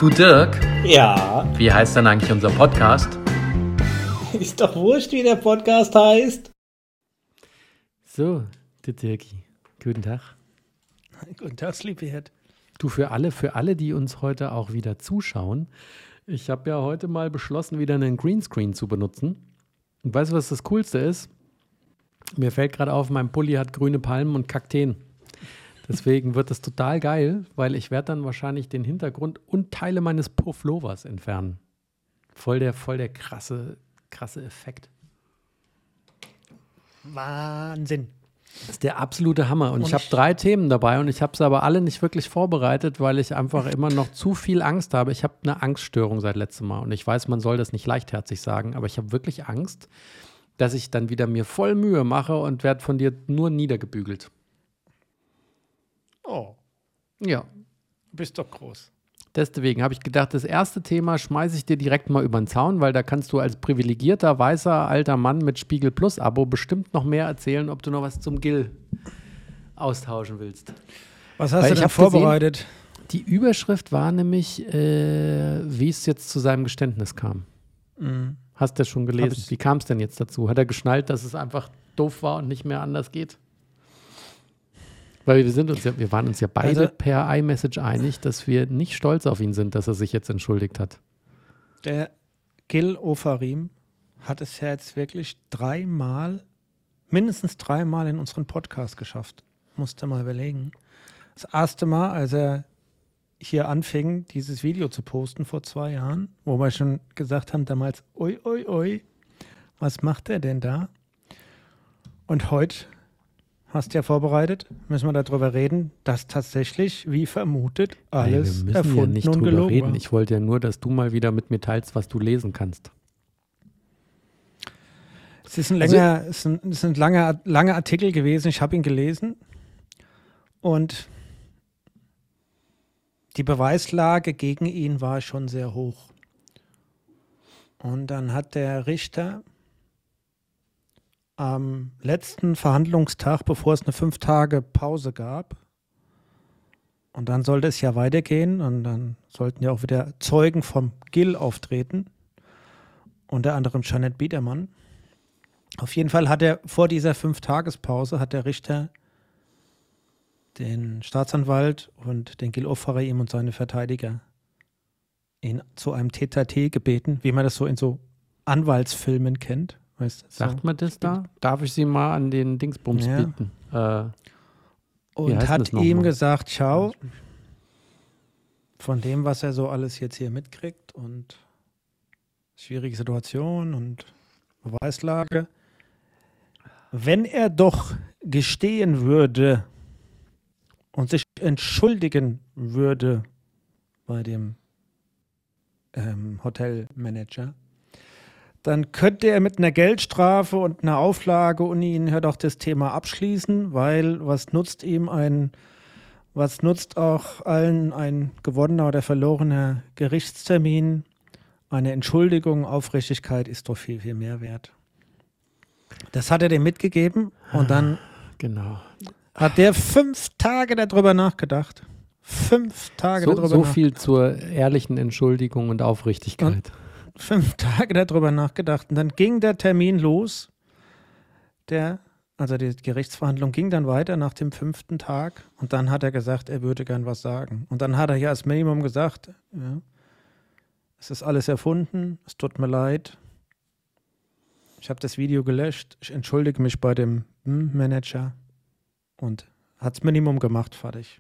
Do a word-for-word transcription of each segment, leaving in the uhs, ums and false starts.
Du Dirk, Ja, wie heißt denn eigentlich unser Podcast? ist doch wurscht, wie der Podcast heißt. So, der Dirki. Guten Tag. Guten Tag, Sleepyhead. Du, für alle, für alle, die uns heute auch wieder zuschauen, ich habe ja heute mal beschlossen, wieder einen Greenscreen zu benutzen. Und weißt du, was das Coolste ist? Mir fällt gerade auf, mein Pulli hat grüne Palmen und Kakteen. Deswegen wird das total geil, weil ich werde dann wahrscheinlich den Hintergrund und Teile meines Pufflovers entfernen. Voll der, voll der krasse, krasse Effekt. Wahnsinn. Das ist der absolute Hammer. Und, Und ich habe ich- drei Themen dabei und ich habe sie aber alle nicht wirklich vorbereitet, weil ich einfach immer noch zu viel Angst habe. Ich habe eine Angststörung seit letztem Mal und ich weiß, man soll das nicht leichtherzig sagen, aber ich habe wirklich Angst, dass ich dann wieder mir voll Mühe mache und werde von dir nur niedergebügelt. Oh, Ja, du bist doch groß. deswegen habe ich gedacht, das erste Thema schmeiße ich dir direkt mal über den Zaun, weil da kannst du als privilegierter, weißer, alter Mann mit Spiegel Plus Abo bestimmt noch mehr erzählen, ob du noch was zum Gill austauschen willst. Was hast Weil du ich denn hab vorbereitet? Die Überschrift war nämlich, äh, wie es jetzt zu seinem Geständnis kam. Mhm. Hast du das schon Hab gelesen? ich. Wie kam es denn jetzt dazu? Hat er geschnallt, dass es einfach doof war und nicht mehr anders geht? Weil wir sind uns ja, wir waren uns ja beide Also- per iMessage einig, dass wir nicht stolz auf ihn sind, dass er sich jetzt entschuldigt hat. Der Gil Ofarim hat es ja jetzt wirklich dreimal, mindestens dreimal in unseren Podcast geschafft. Musste mal überlegen. Das erste Mal, als er hier anfing, dieses Video zu posten vor zwei Jahren, wo wir schon gesagt haben damals, oi, oi, oi, was macht er denn da? Und heute, hast du ja vorbereitet, müssen wir darüber reden, dass tatsächlich, wie vermutet, alles Ey, wir müssen erfunden ja nicht und drüber gelogen reden. war. Ich wollte ja nur, dass du mal wieder mit mir teilst, was du lesen kannst. Es ist ein Also- länger, es ist ein, es ist ein langer, langer Artikel gewesen. Ich habe ihn gelesen und die Beweislage gegen ihn war schon sehr hoch. Und dann hat der Richter am letzten Verhandlungstag, bevor es eine fünf Tage Pause gab, und dann sollte es ja weitergehen und dann sollten ja auch wieder Zeugen vom Gil auftreten, unter anderem Jeanette Biedermann. Auf jeden Fall hat er vor dieser Fünf-Tages-Pause hat der Richter den Staatsanwalt und den Gil Ofarim und seine Verteidiger ihn zu einem Tete-a-Tete gebeten, wie man das so in so Anwaltsfilmen kennt. Weißt du, so. Sagt man das da? Darf ich sie mal an den Dingsbums Ja. bieten? Äh, Wie Und heißt hat das noch ihm mal? gesagt, schau, von dem, was er so alles jetzt hier mitkriegt und schwierige Situation und Beweislage, wenn er doch gestehen würde und sich entschuldigen würde bei dem ähm, Hotelmanager, dann könnte er mit einer Geldstrafe und einer Auflage und ihn hört auch das Thema abschließen, weil was nutzt ihm ein, was nutzt auch allen ein gewonnener oder verlorener Gerichtstermin? Eine Entschuldigung, Aufrichtigkeit ist doch viel, viel mehr wert. Das hat er dem mitgegeben und dann genau. hat der fünf Tage darüber nachgedacht. Fünf Tage So, darüber so nachgedacht. viel zur ehrlichen Entschuldigung und Aufrichtigkeit. fünf Tage darüber nachgedacht. Und dann ging der Termin los. Der, also die Gerichtsverhandlung ging dann weiter nach dem fünften Tag. Und dann hat er gesagt, er würde gern was sagen. Und dann hat er ja als Minimum gesagt, ja, es ist alles erfunden, es tut mir leid. Ich habe das Video gelöscht. Ich entschuldige mich bei dem hm, Manager. Und hat das Minimum gemacht, fertig.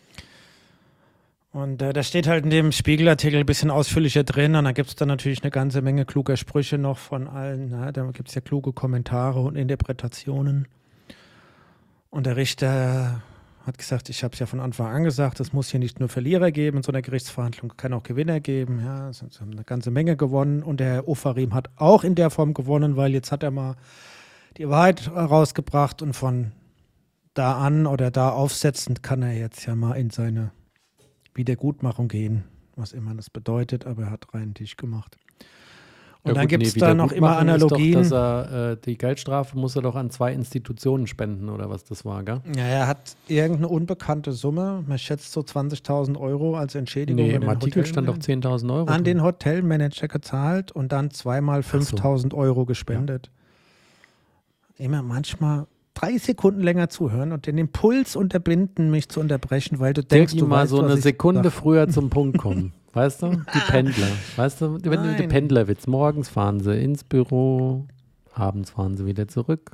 Und äh, das steht halt in dem Spiegelartikel ein bisschen ausführlicher drin und da gibt es dann natürlich eine ganze Menge kluger Sprüche noch von allen. Na, da gibt es ja kluge Kommentare und Interpretationen. Und der Richter hat gesagt, ich habe es ja von Anfang an gesagt, es muss hier nicht nur Verlierer geben in so einer Gerichtsverhandlung, es kann auch Gewinner geben. Ja, es haben eine ganze Menge gewonnen und der Herr Ofarim hat auch in der Form gewonnen, weil jetzt hat er mal die Wahrheit rausgebracht und von da an oder da aufsetzend kann er jetzt ja mal in seine Wiedergutmachung gehen, was immer das bedeutet, aber er hat reinen Tisch gemacht. Und dann gut, gibt es nee, da noch immer Wiedergutmachung ist Analogien. Doch, dass er, äh, die Geldstrafe muss er doch an zwei Institutionen spenden oder was das war, gell? Ja, er hat irgendeine unbekannte Summe, man schätzt so zwanzigtausend Euro als Entschädigung. Nee, an im den Artikel stand doch zehntausend Euro. An drin. den Hotelmanager gezahlt und dann zweimal fünftausend Euro gespendet. Ja. Immer manchmal drei Sekunden länger zuhören und den Impuls unterbinden, mich zu unterbrechen, weil du denkst, Dirk, du mal weißt, so was eine ich Sekunde sag. früher zum Punkt kommen. Weißt du? Die Pendler. Weißt du, wenn Nein. der Pendlerwitz. Morgens fahren sie ins Büro, abends fahren sie wieder zurück.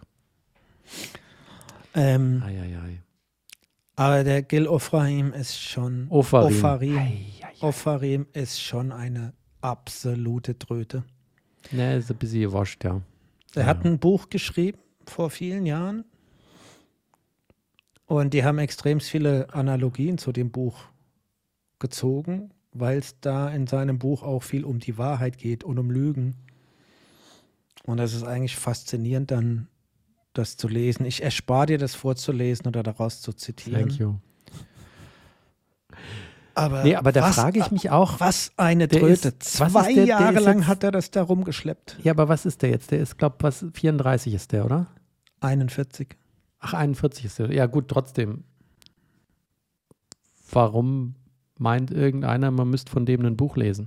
Ähm, Ei, ei, ei. aber der Gil Ofarim ist schon Ofarim. Ofarim, Ei, ei, ei. Ofarim ist schon eine absolute Tröte. Ne, ist ein bisschen gewascht, ja. Er Ja. hat ein Buch geschrieben vor vielen Jahren und die haben extrem viele Analogien zu dem Buch gezogen, weil es da in seinem Buch auch viel um die Wahrheit geht und um Lügen. Und das ist eigentlich faszinierend dann, das zu lesen. Ich erspare dir das vorzulesen oder daraus zu zitieren. Thank you. Aber, Nee, aber da was, frage ich mich auch, was eine Der Tröte. ist- was Zwei ist der- der Jahre ist lang jetzt- hat er das da rumgeschleppt. ja, aber was ist der jetzt? Der ist, glaube ich, was, vierunddreißig ist der, oder? einundvierzig. Ach, einundvierzig ist der. Ja, gut, trotzdem. Warum meint irgendeiner, man müsste von dem ein Buch lesen?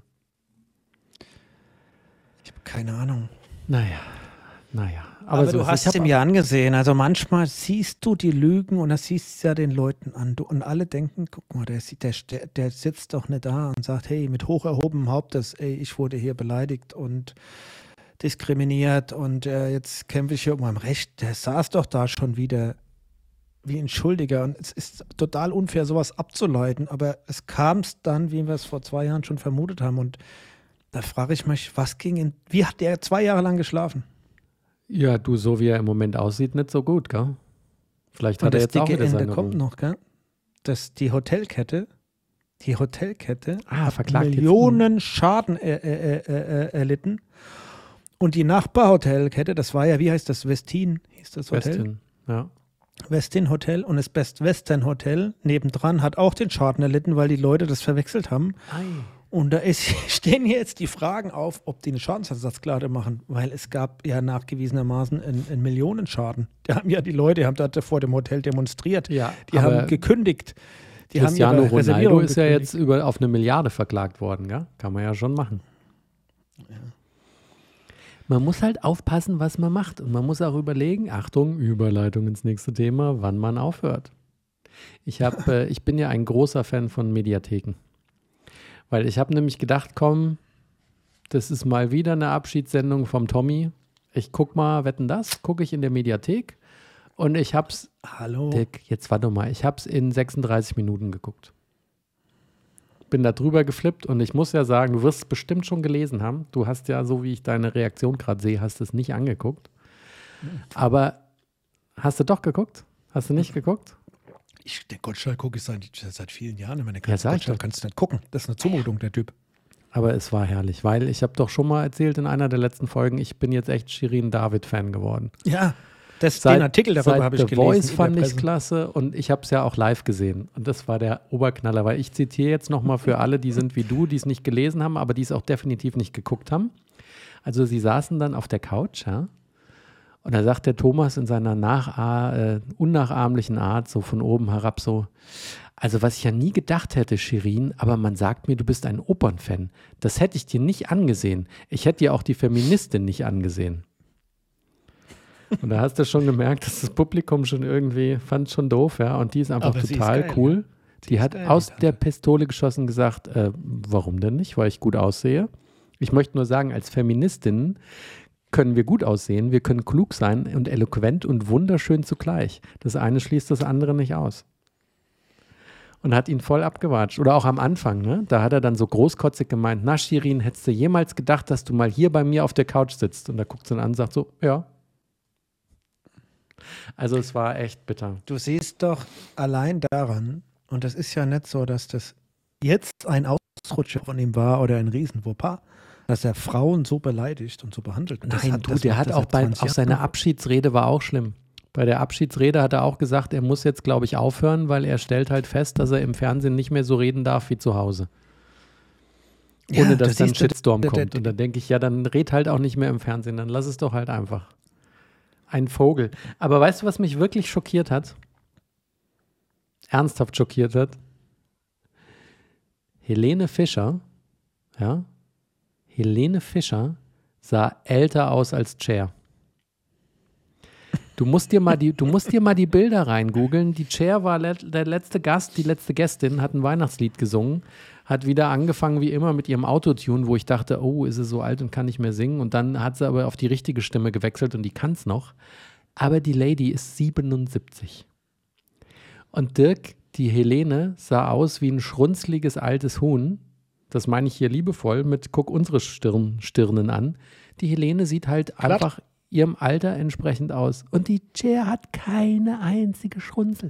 Ich habe keine Ahnung. Naja, naja. Aber, Aber, so du ist es. hast Ich hab- ihm ja angesehen. Also manchmal siehst du die Lügen und das siehst du ja den Leuten an. Du, und alle denken, guck mal, der, sieht- der, der, der sitzt doch nicht da und sagt, hey, mit hoch erhobenem Hauptes, ey, ich wurde hier beleidigt und diskriminiert und äh, jetzt kämpfe ich hier um mein Recht. Der saß doch da schon wieder wie ein Schuldiger. Und es ist total unfair, sowas abzuleiten. Aber es kam es dann, wie wir es vor zwei Jahren schon vermutet haben. Und da frage ich mich, was ging in, wie hat der zwei Jahre lang geschlafen? Ja, du, so wie er im Moment aussieht, nicht so gut, gell? Vielleicht Und hat er das jetzt auch dicke wieder Ende seine kommt Ruhe. noch, gell? Das, die Hotelkette, die Hotelkette Ah, hat verklagt jetzt. Millionen Schaden er, er, er, er, erlitten. Und die Nachbarhotelkette, das war ja, wie heißt das, Westin hieß das Hotel? Westin, ja. Westin Hotel und das Best Western Hotel nebendran hat auch den Schaden erlitten, weil die Leute das verwechselt haben. Ei. Und da ist, stehen jetzt die Fragen auf, ob die eine Schadensersatzklage machen, weil es gab ja nachgewiesenermaßen einen, einen Millionenschaden. Die haben ja die Leute, die haben da vor dem Hotel demonstriert, Ja, die aber haben gekündigt. Die Cristiano haben ihre Ronaldo Reservierung ist ja gekündigt. jetzt über, auf eine Milliarde verklagt worden, gell? Kann man ja schon machen. Man muss halt aufpassen, was man macht. Und man muss auch überlegen, Achtung, Überleitung ins nächste Thema, wann man aufhört. Ich, hab, äh, ich bin ja ein großer Fan von Mediatheken. Weil ich habe nämlich gedacht, komm, das ist mal wieder eine Abschiedssendung vom Tommy. Ich guck mal, wetten das, gucke ich in der Mediathek. Und ich hab's, Hallo. Dick, jetzt warte mal, ich hab's in sechsunddreißig Minuten geguckt. Bin da drüber geflippt und ich muss ja sagen, du wirst es bestimmt schon gelesen haben. Du hast ja, so wie ich deine Reaktion gerade sehe, hast es nicht angeguckt. Aber hast du doch geguckt? Hast du nicht geguckt? Ich, den Gottschalk gucke ich seit, seit vielen Jahren. Meine Ja, sag ich Gottschalk doch. kannst du nicht gucken. Das ist eine Zumutung, der Typ. Aber es war herrlich, weil ich habe doch schon mal erzählt in einer der letzten Folgen, ich bin jetzt echt Shirin David-Fan geworden. Ja, das, den Artikel darüber seit habe ich The gelesen. Voice in der fand ich Presse. klasse und ich habe es ja auch live gesehen. Und das war der Oberknaller, weil ich zitiere jetzt nochmal für alle, die sind wie du, die es nicht gelesen haben, aber die es auch definitiv nicht geguckt haben. Also sie saßen dann auf der Couch, ja, und da sagt der Thomas in seiner nach, äh, unnachahmlichen Art, so von oben herab so, also was ich ja nie gedacht hätte, Shirin, aber man sagt mir, du bist ein Opernfan. Das hätte ich dir nicht angesehen. Ich hätte dir auch die Feministin nicht angesehen. Und da hast du schon gemerkt, dass das Publikum schon irgendwie fand schon doof, ja. Und die ist einfach Aber sie ist total geil, cool. ja. Die ist hat geil, aus die Tante. der Pistole geschossen gesagt, äh, warum denn nicht? Weil ich gut aussehe. Ich möchte nur sagen, als Feministin können wir gut aussehen, wir können klug sein und eloquent und wunderschön zugleich. Das eine schließt das andere nicht aus. Und hat ihn voll abgewatscht. Oder auch am Anfang, ne? Da hat er dann so großkotzig gemeint, na Shirin, hättest du jemals gedacht, dass du mal hier bei mir auf der Couch sitzt? Und da guckt sie ihn an und sagt so, ja. Also es war echt bitter. Du siehst doch allein daran, und das ist ja nicht so, dass das jetzt ein Ausrutscher von ihm war oder ein Riesenfauxpas, dass er Frauen so beleidigt und so behandelt. Und das Nein, hat, du, das der macht hat er auch seit bei, zwanzig auch seine Jahren. Abschiedsrede war auch schlimm. Bei der Abschiedsrede hat er auch gesagt, er muss jetzt, glaube ich, aufhören, weil er stellt halt fest, dass er im Fernsehen nicht mehr so reden darf wie zu Hause. Ja, ohne dass das dann ein siehst du, Shitstorm der- der- kommt. Und dann denke ich, ja, dann red halt auch nicht mehr im Fernsehen, dann lass es doch halt einfach. Ein Vogel. Aber weißt du, was mich wirklich schockiert hat? Ernsthaft schockiert hat? Helene Fischer, ja, Helene Fischer sah älter aus als Cher. Du musst dir mal die, du musst dir mal die Bilder reingoogeln. Die Cher war le- der letzte Gast, die letzte Gästin, hat ein Weihnachtslied gesungen, hat wieder angefangen wie immer mit ihrem Autotune, wo ich dachte, oh, ist sie so alt und kann nicht mehr singen. Und dann hat sie aber auf die richtige Stimme gewechselt und die kann es noch. Aber die Lady ist siebenundsiebzig. Und Dirk, die Helene, sah aus wie ein schrunzliges altes Huhn. Das meine ich hier liebevoll mit, guck unsere Stirn, Stirnen an. Die Helene sieht halt Glatt. einfach ihrem Alter entsprechend aus. Und die Cher hat keine einzige Schrunzel.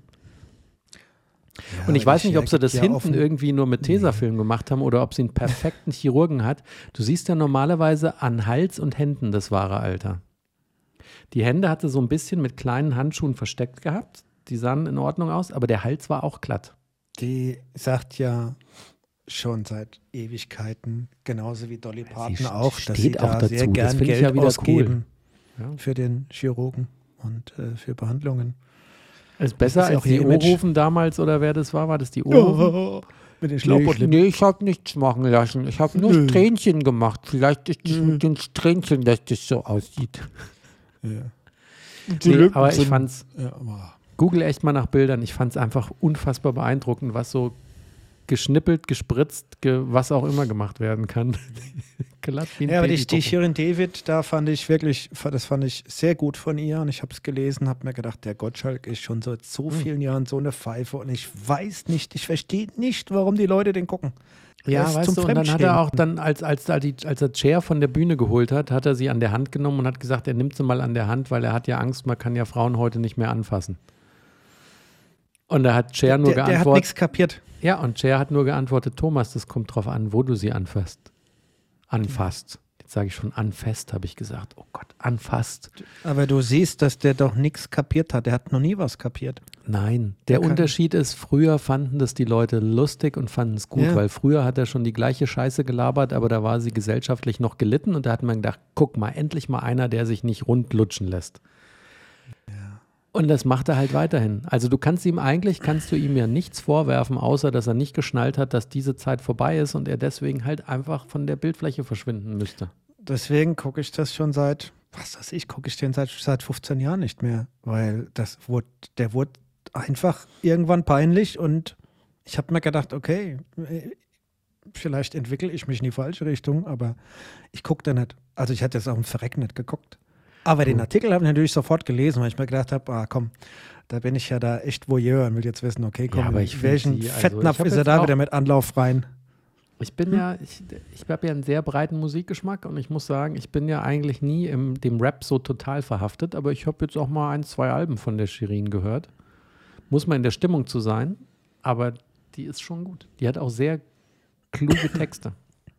Ja, Und ich aber weiß die nicht, ob sie Cher das gibt ja hinten offen- irgendwie nur mit Tesafilm gemacht haben oder ob sie einen perfekten Chirurgen hat. Du siehst ja normalerweise an Hals und Händen das wahre Alter. Die Hände hatte so ein bisschen mit kleinen Handschuhen versteckt gehabt. Die sahen in Ordnung aus, aber der Hals war auch glatt. Die sagt ja schon seit Ewigkeiten, genauso wie Dolly Parton st- auch, dass steht sie auch da dazu. sehr Das gern finde ich Geld ja wieder ausgeben Ja. für den Chirurgen und äh, für Behandlungen. Ist besser ist ja als auch die ihr Image. Ohrhofen damals oder wer das war? War das die Ohrhofen? Mit den Nee, ich, Schlauchbootlippen. nee, ich habe nichts machen lassen. Ich habe nur Nö. Strähnchen gemacht. Vielleicht ist das Nö. mit den Strähnchen, dass das so aussieht. Ja. Nee, aber ich fand's, Ja, aber Google echt mal nach Bildern. Ich fand es einfach unfassbar beeindruckend, was so geschnippelt, gespritzt, ge was auch immer gemacht werden kann. Glatt wie ein ja, aber die, die Babypopo. Shirin David, da fand ich wirklich, das fand ich sehr gut von ihr und ich habe es gelesen, habe mir gedacht, der Gottschalk ist schon seit so Hm. vielen Jahren so eine Pfeife und ich weiß nicht, ich verstehe nicht, warum die Leute den gucken. Der Ja, ist weißt zum du, und dann hat Fremdschämen. er auch dann, als, als, als, die, als er Cher von der Bühne geholt hat, hat er sie an der Hand genommen und hat gesagt, er nimmt sie mal an der Hand, weil er hat ja Angst, man kann ja Frauen heute nicht mehr anfassen. Und da hat Cher nur der, der hat geantwortet, nichts kapiert. ja, und Cher hat nur geantwortet, Thomas, das kommt drauf an, wo du sie anfasst. Anfasst. Jetzt sage ich schon anfasst, habe ich gesagt. Oh Gott, anfasst. Aber du siehst, dass der doch nichts kapiert hat. Der hat noch nie was kapiert. Nein, der Der kann- Unterschied ist, früher fanden das die Leute lustig und fanden es gut, Ja. weil früher hat er schon die gleiche Scheiße gelabert, aber da war sie gesellschaftlich noch gelitten und da hat man gedacht, guck mal, endlich mal einer, der sich nicht rund lutschen lässt. Und das macht er halt weiterhin. Also du kannst ihm eigentlich, kannst du ihm ja nichts vorwerfen, außer dass er nicht geschnallt hat, dass diese Zeit vorbei ist und er deswegen halt einfach von der Bildfläche verschwinden müsste. Deswegen gucke ich das schon seit, was weiß ich, gucke ich den seit, seit fünfzehn Jahren nicht mehr. Weil das wurde, der wurde einfach irgendwann peinlich und ich habe mir gedacht, okay, äh, vielleicht entwickle ich mich in die falsche Richtung, aber ich gucke da nicht. Also ich hatte jetzt auch im Verreck nicht geguckt. Aber den Hm. Artikel habe ich natürlich sofort gelesen, weil ich mir gedacht habe, ah komm, da bin ich ja da echt Voyeur und will jetzt wissen, okay, komm, Ja, aber ich in find welchen sie- also Fettnapf ich hab ist er jetzt da auch- wieder mit Anlauf rein? Ich bin ja, ich, ich habe ja einen sehr breiten Musikgeschmack und ich muss sagen, ich bin ja eigentlich nie im dem Rap so total verhaftet, aber ich habe jetzt auch mal ein, zwei Alben von der Shirin gehört. Muss man in der Stimmung zu sein, aber die ist schon gut. Die hat auch sehr kluge Texte.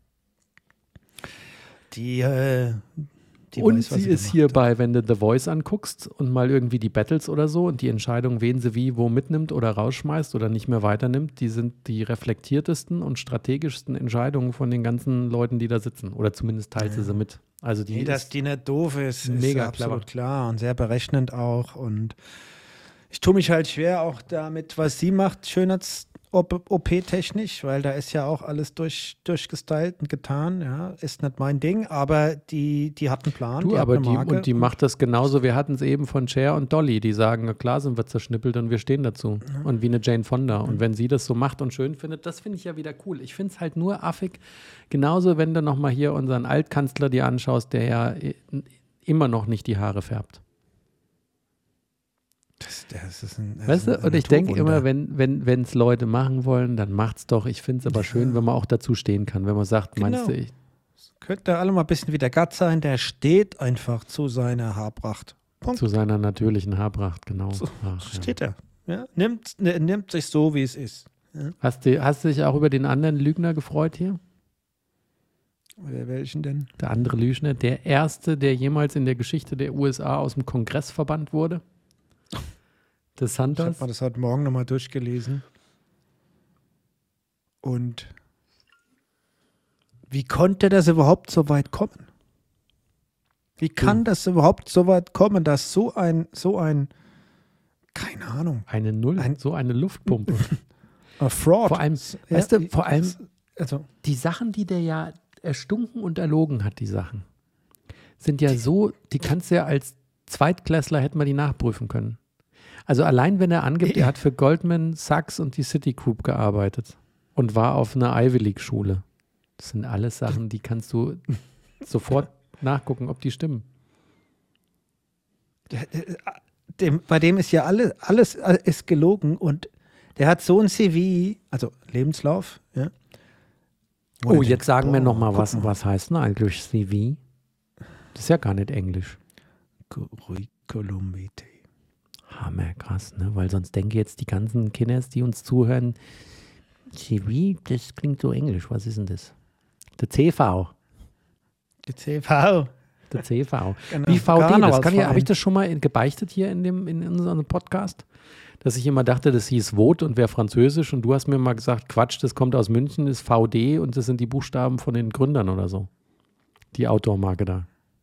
Die, äh, die und weiß, was sie ist gemacht hier hat. bei, wenn du The Voice anguckst und mal irgendwie die Battles oder so und die Entscheidung, wen sie wie wo mitnimmt oder rausschmeißt oder nicht mehr weiternimmt, die sind die reflektiertesten und strategischsten Entscheidungen von den ganzen Leuten, die da sitzen. Oder zumindest teilt sie sie mit. Also die Nee, dass ist, die nicht doof ist, mega ist absolut clever. klar und sehr berechnend auch. Und ich tue mich halt schwer auch damit, was sie macht, Schönheits-O P-technisch, weil da ist ja auch alles durch, durchgestylt und getan. Ja, ist nicht mein Ding, aber die, die hat einen Plan. Du, die aber hat die, eine Marke und die macht das genauso. Wir hatten es eben von Cher und Dolly, die sagen, na klar sind wir zerschnippelt und wir stehen dazu. Und wie eine Jane Fonda. Und wenn sie das so macht und schön findet, das finde ich ja wieder cool. Ich finde es halt nur affig. Genauso, wenn du nochmal hier unseren Altkanzler dir anschaust, der ja i- immer noch nicht die Haare färbt. Das, das ist ein, das Weißt ist du? ein Und ich denke Naturwunder. immer, wenn wenn es Leute machen wollen, dann macht's doch. Ich finde es aber schön, wenn man auch dazu stehen kann. Wenn man sagt, meinst du, Genau. ich, Könnte alle mal ein bisschen wie der Gatt sein, der steht einfach zu seiner Haarpracht. Punkt. zu seiner natürlichen Haarpracht, genau. So, Ach, ja. Steht er. Ja? Nimmt, ne, nimmt sich so, wie es ist. Ja? Hast du, hast du dich auch über den anderen Lügner gefreut hier? Oder welchen denn? Der andere Lügner, der erste, der jemals in der Geschichte der U S A aus dem Kongress verbannt wurde? Des Ich habe Santos? mir das heute Morgen nochmal durchgelesen. Und wie Wie konnte das überhaupt so weit kommen? Wie kann Du. das überhaupt so weit kommen, dass so ein, so ein, keine Ahnung, Eine Null, Ein- so eine Luftpumpe. a Fraud. Vor allem, Ja, weißt du, vor allem also, die Sachen, die der ja erstunken und erlogen hat, die Sachen, sind ja so, die kannst du ja als Zweitklässler hätten wir die nachprüfen können. Also allein wenn er angibt, er hat für Goldman Sachs und die Citigroup gearbeitet und war auf einer Ivy League Schule. Das sind alles Sachen, die kannst du sofort nachgucken, ob die stimmen. dem, bei dem ist ja alle, alles ist gelogen und der hat so ein C V, also Lebenslauf. Ja, wo Oh, du jetzt denkst, sagen wir boah, noch mal, guck was, was heißt denn eigentlich C V? Das ist ja gar nicht Englisch. Curriculum vitae. Hammer, krass, ne? Weil sonst denke jetzt die ganzen Kinder, die uns zuhören, C V, das klingt so englisch. Was ist denn das? Der C V. Die C V. Der C V. Genau. Wie V D, das kann ja, Karnevalsverein. habe ich das schon mal in- gebeichtet hier in, dem, in unserem Podcast? Dass ich immer dachte, das hieß Vot und wäre französisch und du hast mir mal gesagt, Quatsch, das kommt aus München, ist V D und das sind die Buchstaben von den Gründern oder so. Die Outdoor-Marke da.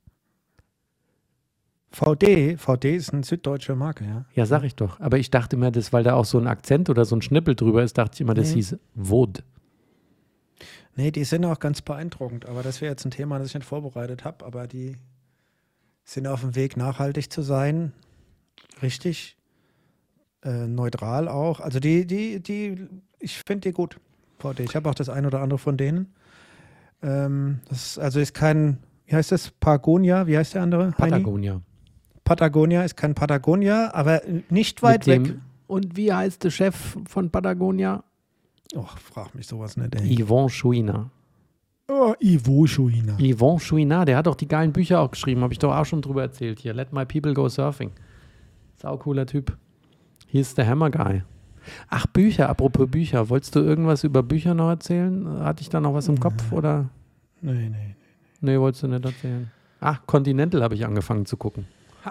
V D, V D ist eine süddeutsche Marke, ja. Ja, sag ich doch. Aber ich dachte immer, das, weil da auch so ein Akzent oder so ein Schnippel drüber ist, dachte ich immer, das Nee. hieß Vod. Nee, die sind auch ganz beeindruckend, aber das wäre jetzt ein Thema, das ich nicht vorbereitet habe, aber die sind auf dem Weg, nachhaltig zu sein, richtig, äh, neutral auch. Also die, die, die, ich finde die gut, V D. Ich habe auch das ein oder andere von denen. Ähm, das ist, also ist kein, wie heißt das, Patagonia, wie heißt der andere? Heini? Patagonia. Patagonia ist kein Patagonia, aber nicht weit Mit dem, weg. Und wie heißt der Chef von Patagonia? Och, frag mich sowas nicht, ey. Yvon Chouinard. Oh, Ivo Schuina. Yvon Chouinard, der hat doch die geilen Bücher auch geschrieben, habe ich doch auch schon drüber erzählt hier. Let My People Go Surfing. Sau cooler Typ. Hier ist der Hammer Guy. Ach, Bücher, apropos Bücher. Wolltest du irgendwas über Bücher noch erzählen? Hatte ich da noch was im Kopf oder? Nee, nee. Nee, wolltest du nicht erzählen. Ach, Continental habe ich angefangen zu gucken.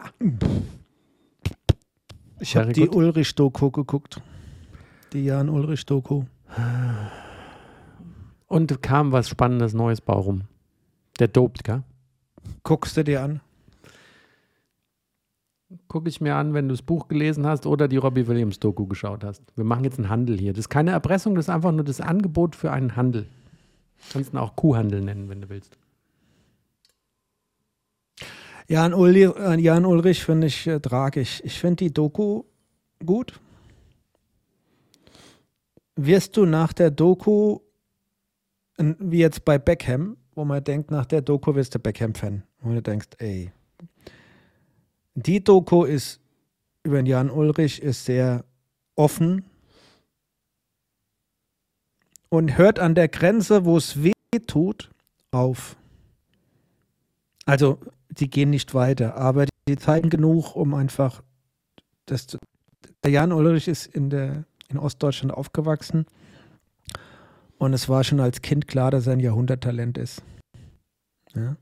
Ich habe Very die good. Ulrich-Doku geguckt. Die Jan-Ulrich-Doku. Und kam was Spannendes Neues bei rum. Der dopt, gell? Guckst du dir an? Gucke ich mir an, wenn du das Buch gelesen hast oder die Robbie Williams Doku geschaut hast. Wir machen jetzt einen Handel hier. Das ist keine Erpressung, das ist einfach nur das Angebot für einen Handel. Kannst ihn auch Kuhhandel nennen, wenn du willst. Jan, Uli, äh, Jan Ulrich finde ich äh, tragisch. Ich finde die Doku gut. Wirst du nach der Doku, n- wie jetzt bei Beckham, wo man denkt, nach der Doku wirst du Beckham-Fan. Wo du denkst, ey, die Doku ist über den Jan Ulrich ist sehr offen und hört an der Grenze, wo es weh tut, auf. Also, sie gehen nicht weiter, aber die zeigen genug, um einfach das zu, der Jan Ulrich ist in der in Ostdeutschland aufgewachsen und es war schon als Kind klar, dass er ein Jahrhunderttalent ist. Ja.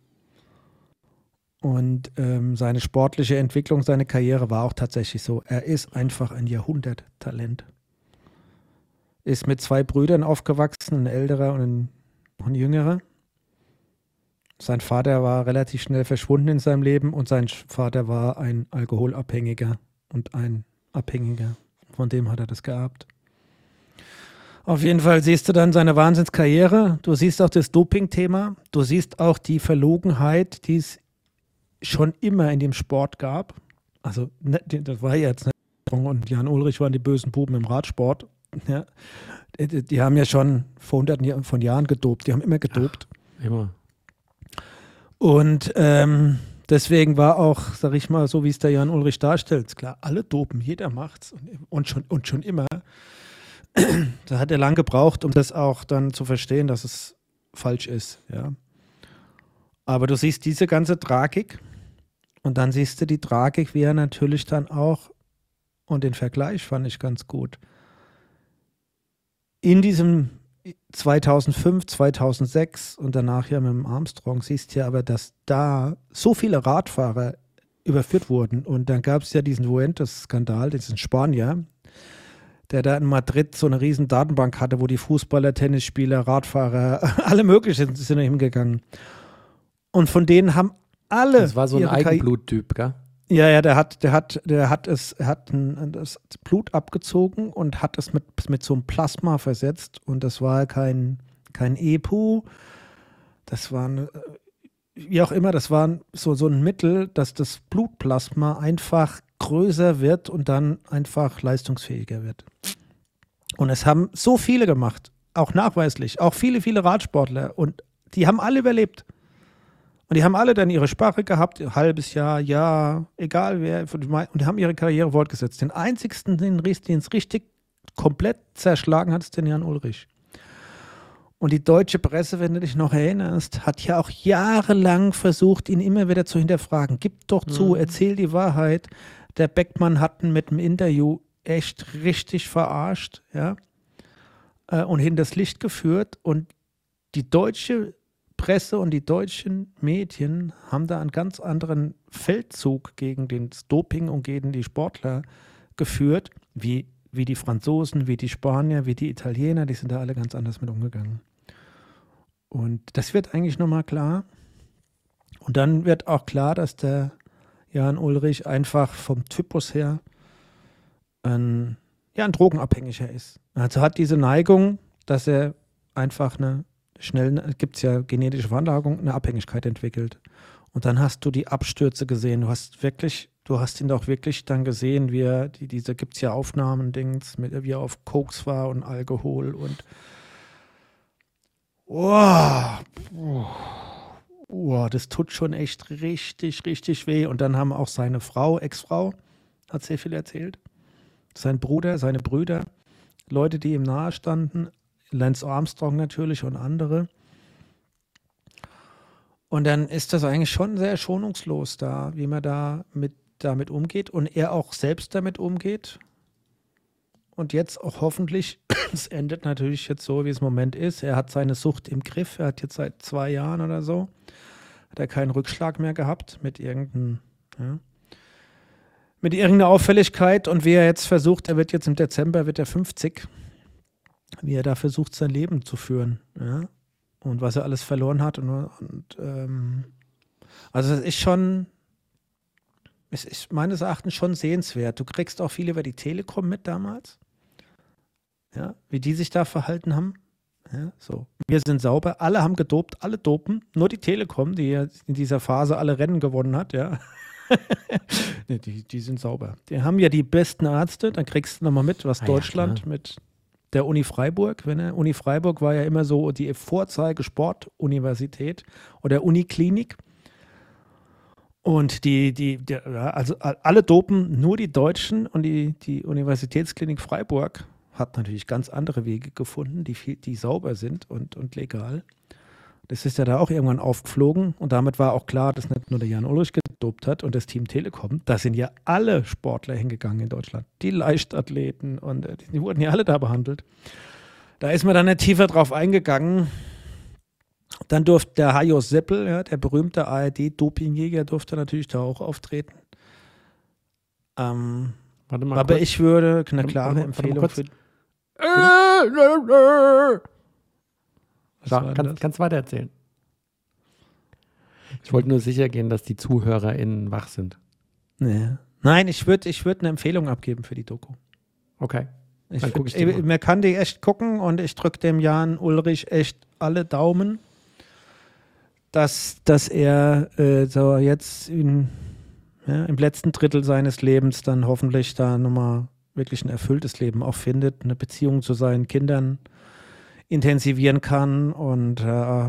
Und ähm, seine sportliche Entwicklung, seine Karriere war auch tatsächlich so. Er ist einfach ein Jahrhunderttalent. Ist mit zwei Brüdern aufgewachsen, ein älterer und ein, ein jüngerer. Sein Vater war relativ schnell verschwunden in seinem Leben und sein Vater war ein Alkoholabhängiger und ein Abhängiger. Von dem hat er das geerbt. Auf jeden Fall siehst du dann seine Wahnsinnskarriere. Du siehst auch das Doping-Thema. Du siehst auch die Verlogenheit, die es schon immer in dem Sport gab. Also, ne, das war jetzt nicht. Und Jan Ulrich waren die bösen Buben im Radsport. Ja. Die, die haben ja schon vor hunderten von Jahren gedopt. Die haben immer gedopt. Ach, immer. Und ähm, deswegen war auch, sag ich mal, so wie es der Jan Ulrich darstellt, ist klar, alle dopen, jeder macht's und, und, schon, und schon immer. Da hat er lang gebraucht, um das auch dann zu verstehen, dass es falsch ist. Ja. Aber du siehst diese ganze Tragik und dann siehst du die Tragik, wie er natürlich dann auch, und den Vergleich fand ich ganz gut, in diesem zweitausendfünf, zweitausendsechs und danach ja mit dem Armstrong siehst du ja aber, dass da so viele Radfahrer überführt wurden und dann gab es ja diesen Vueltas-Skandal, diesen Spanier, der da in Madrid so eine riesen Datenbank hatte, wo die Fußballer, Tennisspieler, Radfahrer, alle möglichen sind da hingegangen. Und von denen haben alle. Das war so ein Eigenbluttyp, gell? Ja, ja, der hat, der hat, der hat es, er hat ein, das Blut abgezogen und hat es mit, mit so einem Plasma versetzt. Und das war kein, kein E P U. Das war ein, wie auch immer, das war so, so ein Mittel, dass das Blutplasma einfach größer wird und dann einfach leistungsfähiger wird. Und es haben so viele gemacht, auch nachweislich, auch viele, viele Radsportler. Und die haben alle überlebt. Und die haben alle dann ihre Sparre gehabt, ein halbes Jahr, Jahr, egal wer, und die haben ihre Karriere fortgesetzt. Den einzigsten, den es richtig komplett zerschlagen hat, ist den Jan Ullrich. Und die deutsche Presse, wenn du dich noch erinnerst, hat ja auch jahrelang versucht, ihn immer wieder zu hinterfragen. Gib doch zu, mhm. erzähl die Wahrheit. Der Beckmann hat ihn mit dem Interview echt richtig verarscht, ja, und hinters Licht geführt. Und die deutsche Presse und die deutschen Medien haben da einen ganz anderen Feldzug gegen das Doping und gegen die Sportler geführt, wie, wie die Franzosen, wie die Spanier, wie die Italiener, die sind da alle ganz anders mit umgegangen. Und das wird eigentlich nochmal klar. Und dann wird auch klar, dass der Jan Ullrich einfach vom Typus her ein, ja, ein Drogenabhängiger ist. Also hat diese Neigung, dass er einfach eine schnell, gibt es ja genetische Veranlagung, eine Abhängigkeit entwickelt. Und dann hast du die Abstürze gesehen. Du hast wirklich, du hast ihn doch wirklich dann gesehen, wie er, die, diese, gibt es ja Aufnahmen, Dings, mit, wie er auf Koks war und Alkohol und oh, oh, oh, das tut schon echt richtig, richtig weh. Und dann haben auch seine Frau, Ex-Frau, hat sehr viel erzählt. Sein Bruder, seine Brüder, Leute, die ihm nahe standen, Lance Armstrong natürlich und andere. Und dann ist das eigentlich schon sehr schonungslos da, wie man da mit, damit umgeht und er auch selbst damit umgeht. Und jetzt auch hoffentlich, es endet natürlich jetzt so, wie es im Moment ist. Er hat seine Sucht im Griff. Er hat jetzt seit zwei Jahren oder so, hat er keinen Rückschlag mehr gehabt mit irgendeinem, ja, mit irgendeiner Auffälligkeit. Und wie er jetzt versucht, er wird jetzt im Dezember, wird er fünfzig, wie er da versucht, sein Leben zu führen, ja, und was er alles verloren hat. Und, und ähm, also es ist schon, es ist meines Erachtens schon sehenswert. Du kriegst auch viel über die Telekom mit damals, ja, wie die sich da verhalten haben. Ja, so. Wir sind sauber, alle haben gedopt, alle dopen, nur die Telekom, die ja in dieser Phase alle Rennen gewonnen hat, ja. nee, die, die sind sauber. Die haben ja die besten Ärzte, dann kriegst du nochmal mit, was ah, Deutschland ja, mit der Uni Freiburg, wenn er, Uni Freiburg war ja immer so die Vorzeige-Sportuniversität oder Uniklinik. Und die, die, die, also alle dopen, nur die Deutschen, und die, die Universitätsklinik Freiburg hat natürlich ganz andere Wege gefunden, die, viel, die sauber sind und, und legal. Das ist ja da auch irgendwann aufgeflogen und damit war auch klar, dass nicht nur der Jan Ullrich gedopt hat und das Team Telekom, da sind ja alle Sportler hingegangen in Deutschland. Die Leichtathleten und die wurden ja alle da behandelt. Da ist man dann nicht tiefer drauf eingegangen. Dann durfte der Hajo Seppel, ja, der berühmte A R D-Dopingjäger, durfte natürlich da auch auftreten. Ähm, warte mal aber kurz. Ich würde eine klare warte, Empfehlung warte für... So, kannst, kannst weiter erzählen. Ich wollte nur sicher gehen, dass die ZuhörerInnen wach sind. Nee. Nein, ich würde ich würd eine Empfehlung abgeben für die Doku. Okay. Ich Dann guck ich ich, man kann die echt gucken und ich drücke dem Jan Ullrich echt alle Daumen, dass, dass er äh, so jetzt in, ja, im letzten Drittel seines Lebens dann hoffentlich da nochmal wirklich ein erfülltes Leben auch findet, eine Beziehung zu seinen Kindern intensivieren kann und äh,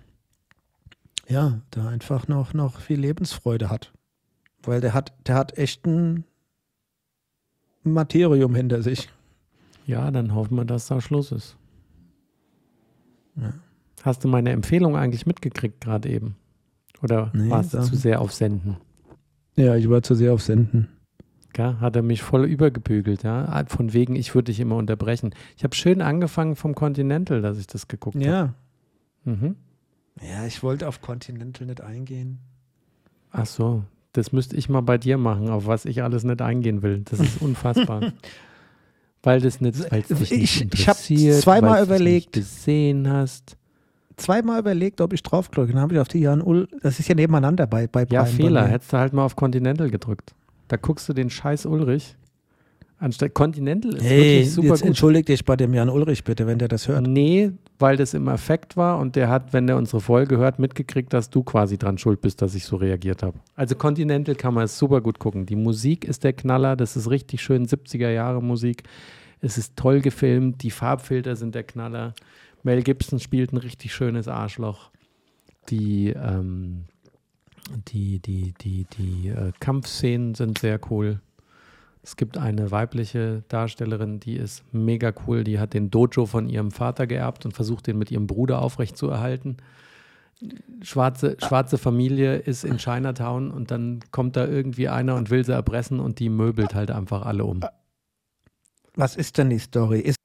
ja, da einfach noch, noch viel Lebensfreude hat. Weil der hat, der hat echt ein Materium hinter sich. Ja, dann hoffen wir, dass da Schluss ist. Ja. Hast du meine Empfehlung eigentlich mitgekriegt gerade eben? Oder nee, warst du zu sehr auf Senden? Ja, ich war zu sehr auf Senden. Ja, hat er mich voll übergebügelt, ja. Von wegen, ich würde dich immer unterbrechen. Ich habe schön angefangen vom Continental, dass ich das geguckt habe. Ja. Mhm. Ja, ich wollte auf Continental nicht eingehen. Ach so, das müsste ich mal bei dir machen, auf was ich alles nicht eingehen will. Das ist unfassbar. Weil das nicht, weil es dich nicht Ich, ich habe interessiert, zweimal weil's dich überlegt, nicht gesehen hast. zweimal überlegt, ob ich draufdrücke. Dann habe ich auf die Jan Ull, das ist ja nebeneinander bei, bei Ja, Prime bei Fehler. mir. Hättest du halt mal auf Continental gedrückt. Da guckst du den Scheiß Ulrich. Anstatt Continental ist Hey, wirklich super jetzt gut. entschuldig dich bei dem Jan Ulrich bitte, wenn der das hört. Nee, weil das im Effekt war und der hat, wenn der unsere Folge hört, mitgekriegt, dass du quasi dran schuld bist, dass ich so reagiert habe. Also Continental kann man super gut gucken. Die Musik ist der Knaller, das ist richtig schön siebziger Jahre Musik. Es ist toll gefilmt, die Farbfilter sind der Knaller. Mel Gibson spielt ein richtig schönes Arschloch. Die, ähm, die, die, die, die äh, Kampfszenen sind sehr cool. Es gibt eine weibliche Darstellerin, die ist mega cool. Die hat den Dojo von ihrem Vater geerbt und versucht, den mit ihrem Bruder aufrechtzuerhalten. Schwarze, schwarze Familie ist in Chinatown und dann kommt da irgendwie einer und will sie erpressen und die möbelt halt einfach alle um. Was ist denn die Story? Ist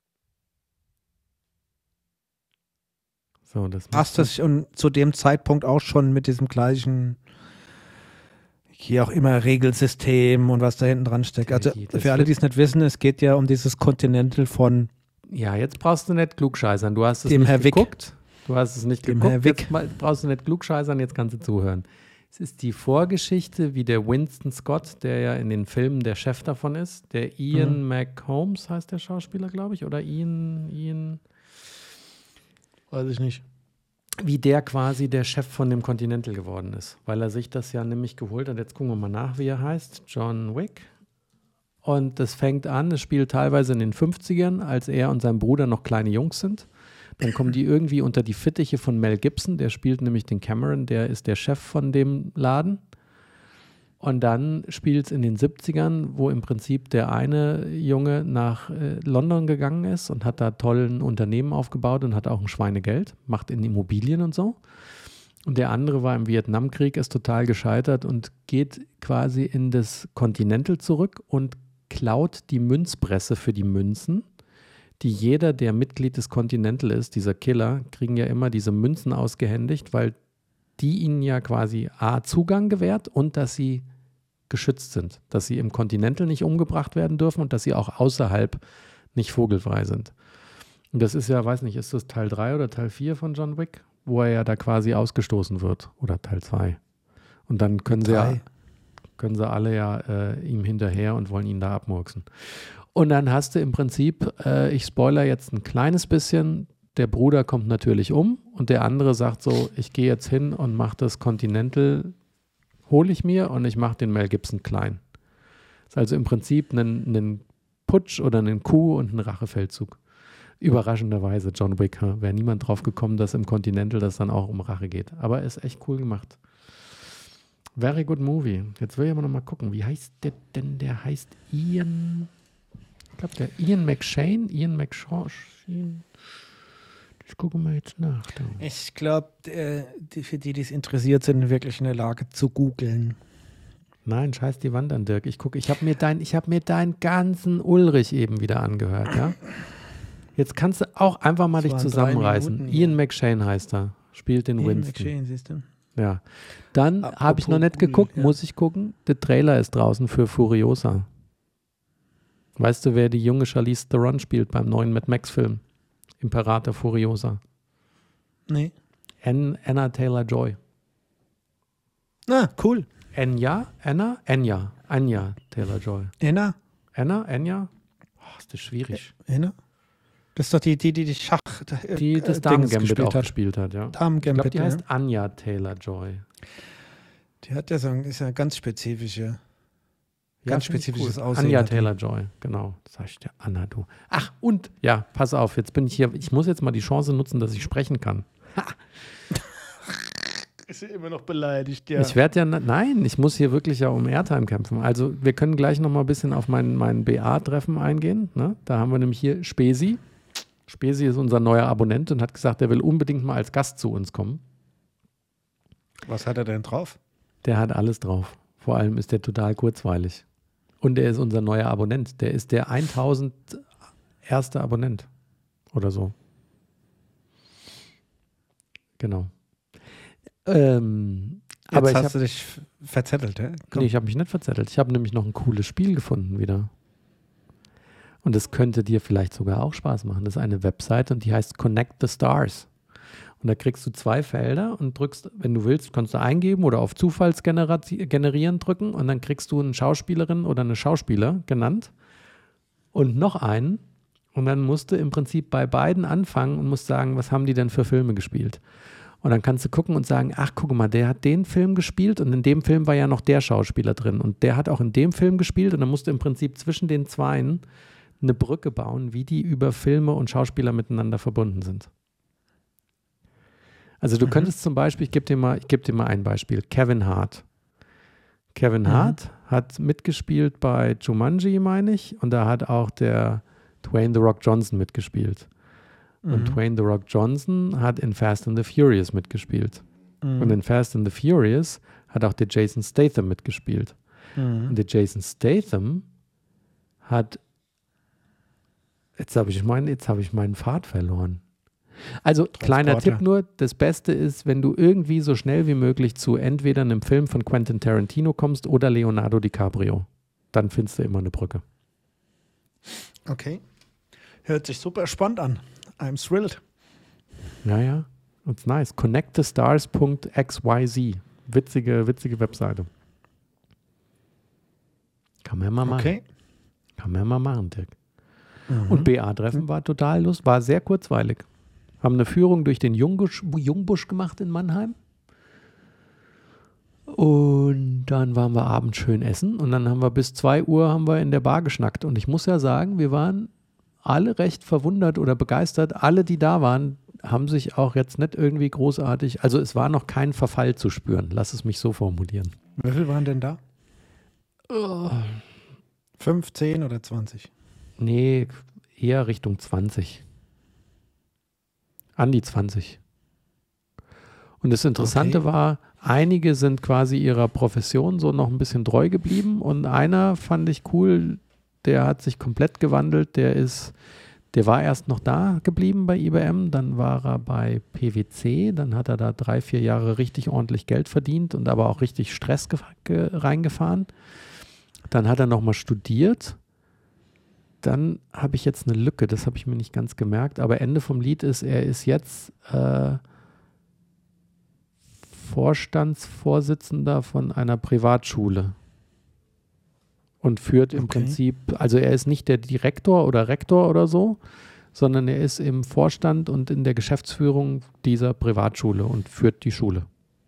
So, das Hast du es schon zu dem Zeitpunkt auch schon mit diesem gleichen, hier auch immer Regelsystem und was da hinten dran steckt? Also Die- das für alle, wird- die es nicht wissen, es geht ja um dieses Continental von Ja, jetzt brauchst du nicht klugscheißern. Du hast es Dem nicht Herr Wick. geguckt. Du hast es nicht Dem geguckt. Herr Wick. Jetzt mal, brauchst du nicht klugscheißern, jetzt kannst du zuhören. Es ist die Vorgeschichte, wie der Winston Scott, der ja in den Filmen der Chef davon ist, der Ian Mhm. McCombs heißt der Schauspieler, glaube ich, oder Ian, Ian, weiß ich nicht. wie der quasi der Chef von dem Continental geworden ist, weil er sich das ja nämlich geholt hat. Jetzt gucken wir mal nach, wie er heißt. John Wick. Und das fängt an, es spielt teilweise in den fünfzigern, als er und sein Bruder noch kleine Jungs sind. Dann kommen die irgendwie unter die Fittiche von Mel Gibson, der spielt nämlich den Cameron, der ist der Chef von dem Laden. Und dann spielt es in den siebzigern, wo im Prinzip der eine Junge nach äh, London gegangen ist und hat da tollen Unternehmen aufgebaut und hat auch ein Schweinegeld, macht in Immobilien und so. Und der andere war im Vietnamkrieg, ist total gescheitert und geht quasi in das Continental zurück und klaut die Münzpresse für die Münzen, die jeder, der Mitglied des Continental ist, dieser Killer, kriegen ja immer diese Münzen ausgehändigt, weil die ihnen ja quasi A, Zugang gewährt und dass sie geschützt sind, dass sie im Continental nicht umgebracht werden dürfen und dass sie auch außerhalb nicht vogelfrei sind. Und das ist ja, weiß nicht, ist das Teil drei oder Teil vier von John Wick, wo er ja da quasi ausgestoßen wird, oder Teil zwei. Und dann können sie ja, Drei. können sie alle ja äh, ihm hinterher und wollen ihn da abmurksen. Und dann hast du im Prinzip, äh, ich spoiler jetzt ein kleines bisschen, der Bruder kommt natürlich um und der andere sagt so, ich gehe jetzt hin und mache das Continental, hole ich mir und ich mache den Mel Gibson klein. Ist also im Prinzip ein, ein Putsch oder ein Coup und ein Rachefeldzug. Überraschenderweise John Wick. Wäre niemand drauf gekommen, dass im Continental das dann auch um Rache geht. Aber ist echt cool gemacht. Very good movie. Jetzt will ich aber noch mal gucken. Wie heißt der denn? Der heißt Ian... Ich glaube, der Ian McShane, Ian McShane. Ich gucke mal jetzt nach. Da. Ich glaube, äh, die, für die, die es interessiert sind, wirklich in der Lage zu googeln. Nein, scheiß die Wand an, Dirk. Ich gucke, ich habe mir dein, ich habe mir deinen ganzen Ulrich eben wieder angehört, ja. Jetzt kannst du auch einfach mal Das dich waren drei zusammenreißen. Minuten, Ian ja. McShane heißt er. Spielt den Ian Winston. McShane, siehst du? Ja. Dann Apropos habe ich noch nicht Google, geguckt, ja. muss ich gucken. Der Trailer ist draußen für Furiosa. Weißt du, wer die junge Charlize Theron spielt beim neuen Mad Max-Film? Imperator Furiosa. Nee. An- Anna Taylor-Joy. Ah, cool. Enya? Anna? Enya. Anya Taylor-Joy. Anna? Anna? Enya? Oh, ist das schwierig. Anna? Das ist doch die, die die, die Schach äh, Die das äh, Damen Dings Gambit gespielt auch hat. gespielt hat, ja. Damen Ich glaube, Gambit, die ja. heißt Anya Taylor-Joy. Die hat ja so ein, ist ja ganz spezifische, Ja, ganz find ich spezifisches cool. Aussehen. Anya hat die. Taylor-Joy, genau. Das sag ich dir, Anna, du. Ach, und, ja, pass auf, jetzt bin ich hier, ich muss jetzt mal die Chance nutzen, dass ich sprechen kann. Ist ja immer noch beleidigt, ja. Ich werde ja, nein, ich muss hier wirklich ja um Airtime kämpfen. Also wir können gleich noch mal ein bisschen auf mein, mein B A-Treffen eingehen. Ne? Da haben wir nämlich hier Spesi. Spesi ist unser neuer Abonnent und hat gesagt, er will unbedingt mal als Gast zu uns kommen. Was hat er denn drauf? Der hat alles drauf. Vor allem ist der total kurzweilig. Und er ist unser neuer Abonnent. Der ist der tausend erste Abonnent oder so. Genau. Ähm, Jetzt aber ich hast hab, du dich verzettelt, ja? Komm. nee, ich habe mich nicht verzettelt. Ich habe nämlich noch ein cooles Spiel gefunden wieder. Und es könnte dir vielleicht sogar auch Spaß machen. Das ist eine Webseite und die heißt Connect the Stars. Und da kriegst du zwei Felder und drückst, wenn du willst, kannst du eingeben oder auf Zufallsgenerieren drücken und dann kriegst du eine Schauspielerin oder eine Schauspieler genannt und noch einen. Und dann musst du im Prinzip bei beiden anfangen und musst sagen, was haben die denn für Filme gespielt? Und dann kannst du gucken und sagen, ach, guck mal, der hat den Film gespielt und in dem Film war ja noch der Schauspieler drin und der hat auch in dem Film gespielt und dann musst du im Prinzip zwischen den Zweien eine Brücke bauen, wie die über Filme und Schauspieler miteinander verbunden sind. Also du mhm. könntest zum Beispiel, ich gebe dir mal, ich gebe dir mal ein Beispiel, Kevin Hart. Kevin mhm. Hart hat mitgespielt bei Jumanji, meine ich, und da hat auch der Dwayne The Rock Johnson mitgespielt. Mhm. Und Dwayne The Rock Johnson hat in Fast and the Furious mitgespielt. Mhm. Und in Fast and the Furious hat auch der Jason Statham mitgespielt. Mhm. Und der Jason Statham hat Jetzt habe ich, mein, jetzt hab ich meinen Pfad verloren. Also, kleiner Tipp nur, das Beste ist, wenn du irgendwie so schnell wie möglich zu entweder einem Film von Quentin Tarantino kommst oder Leonardo DiCaprio. Dann findest du immer eine Brücke. Okay. Hört sich super spannend an. I'm thrilled. Ja, ja. It's nice. connect the stars dot x y z. Witzige, witzige Webseite. Kann man ja mal machen. Okay. Kann man ja mal machen, Dirk. Und B A-Treffen war total lustig, war sehr kurzweilig. Haben eine Führung durch den Jungbusch, Jungbusch gemacht in Mannheim. Und dann waren wir abends schön essen und dann haben wir bis zwei Uhr haben wir in der Bar geschnackt. Und ich muss ja sagen, wir waren alle recht verwundert oder begeistert. Alle, die da waren, haben sich auch jetzt nicht irgendwie großartig, also es war noch kein Verfall zu spüren. Lass es mich so formulieren. Wie viele waren denn da? Oh. Fünf, zehn oder zwanzig? Nee, eher Richtung zwanzig. An die zwanzig. Und das Interessante okay. war, einige sind quasi ihrer Profession so noch ein bisschen treu geblieben und einer fand ich cool, der hat sich komplett gewandelt, der ist, der war erst noch da geblieben bei I B M, dann war er bei P W C, dann hat er da drei, vier Jahre richtig ordentlich Geld verdient und aber auch richtig Stress ge- ge- reingefahren. Dann hat er nochmal studiert. Dann habe ich jetzt eine Lücke, das habe ich mir nicht ganz gemerkt, aber Ende vom Lied ist, er ist jetzt äh, Vorstandsvorsitzender von einer Privatschule und führt im okay. Prinzip, also er ist nicht der Direktor oder Rektor oder so, sondern er ist im Vorstand und in der Geschäftsführung dieser Privatschule und führt die Schule.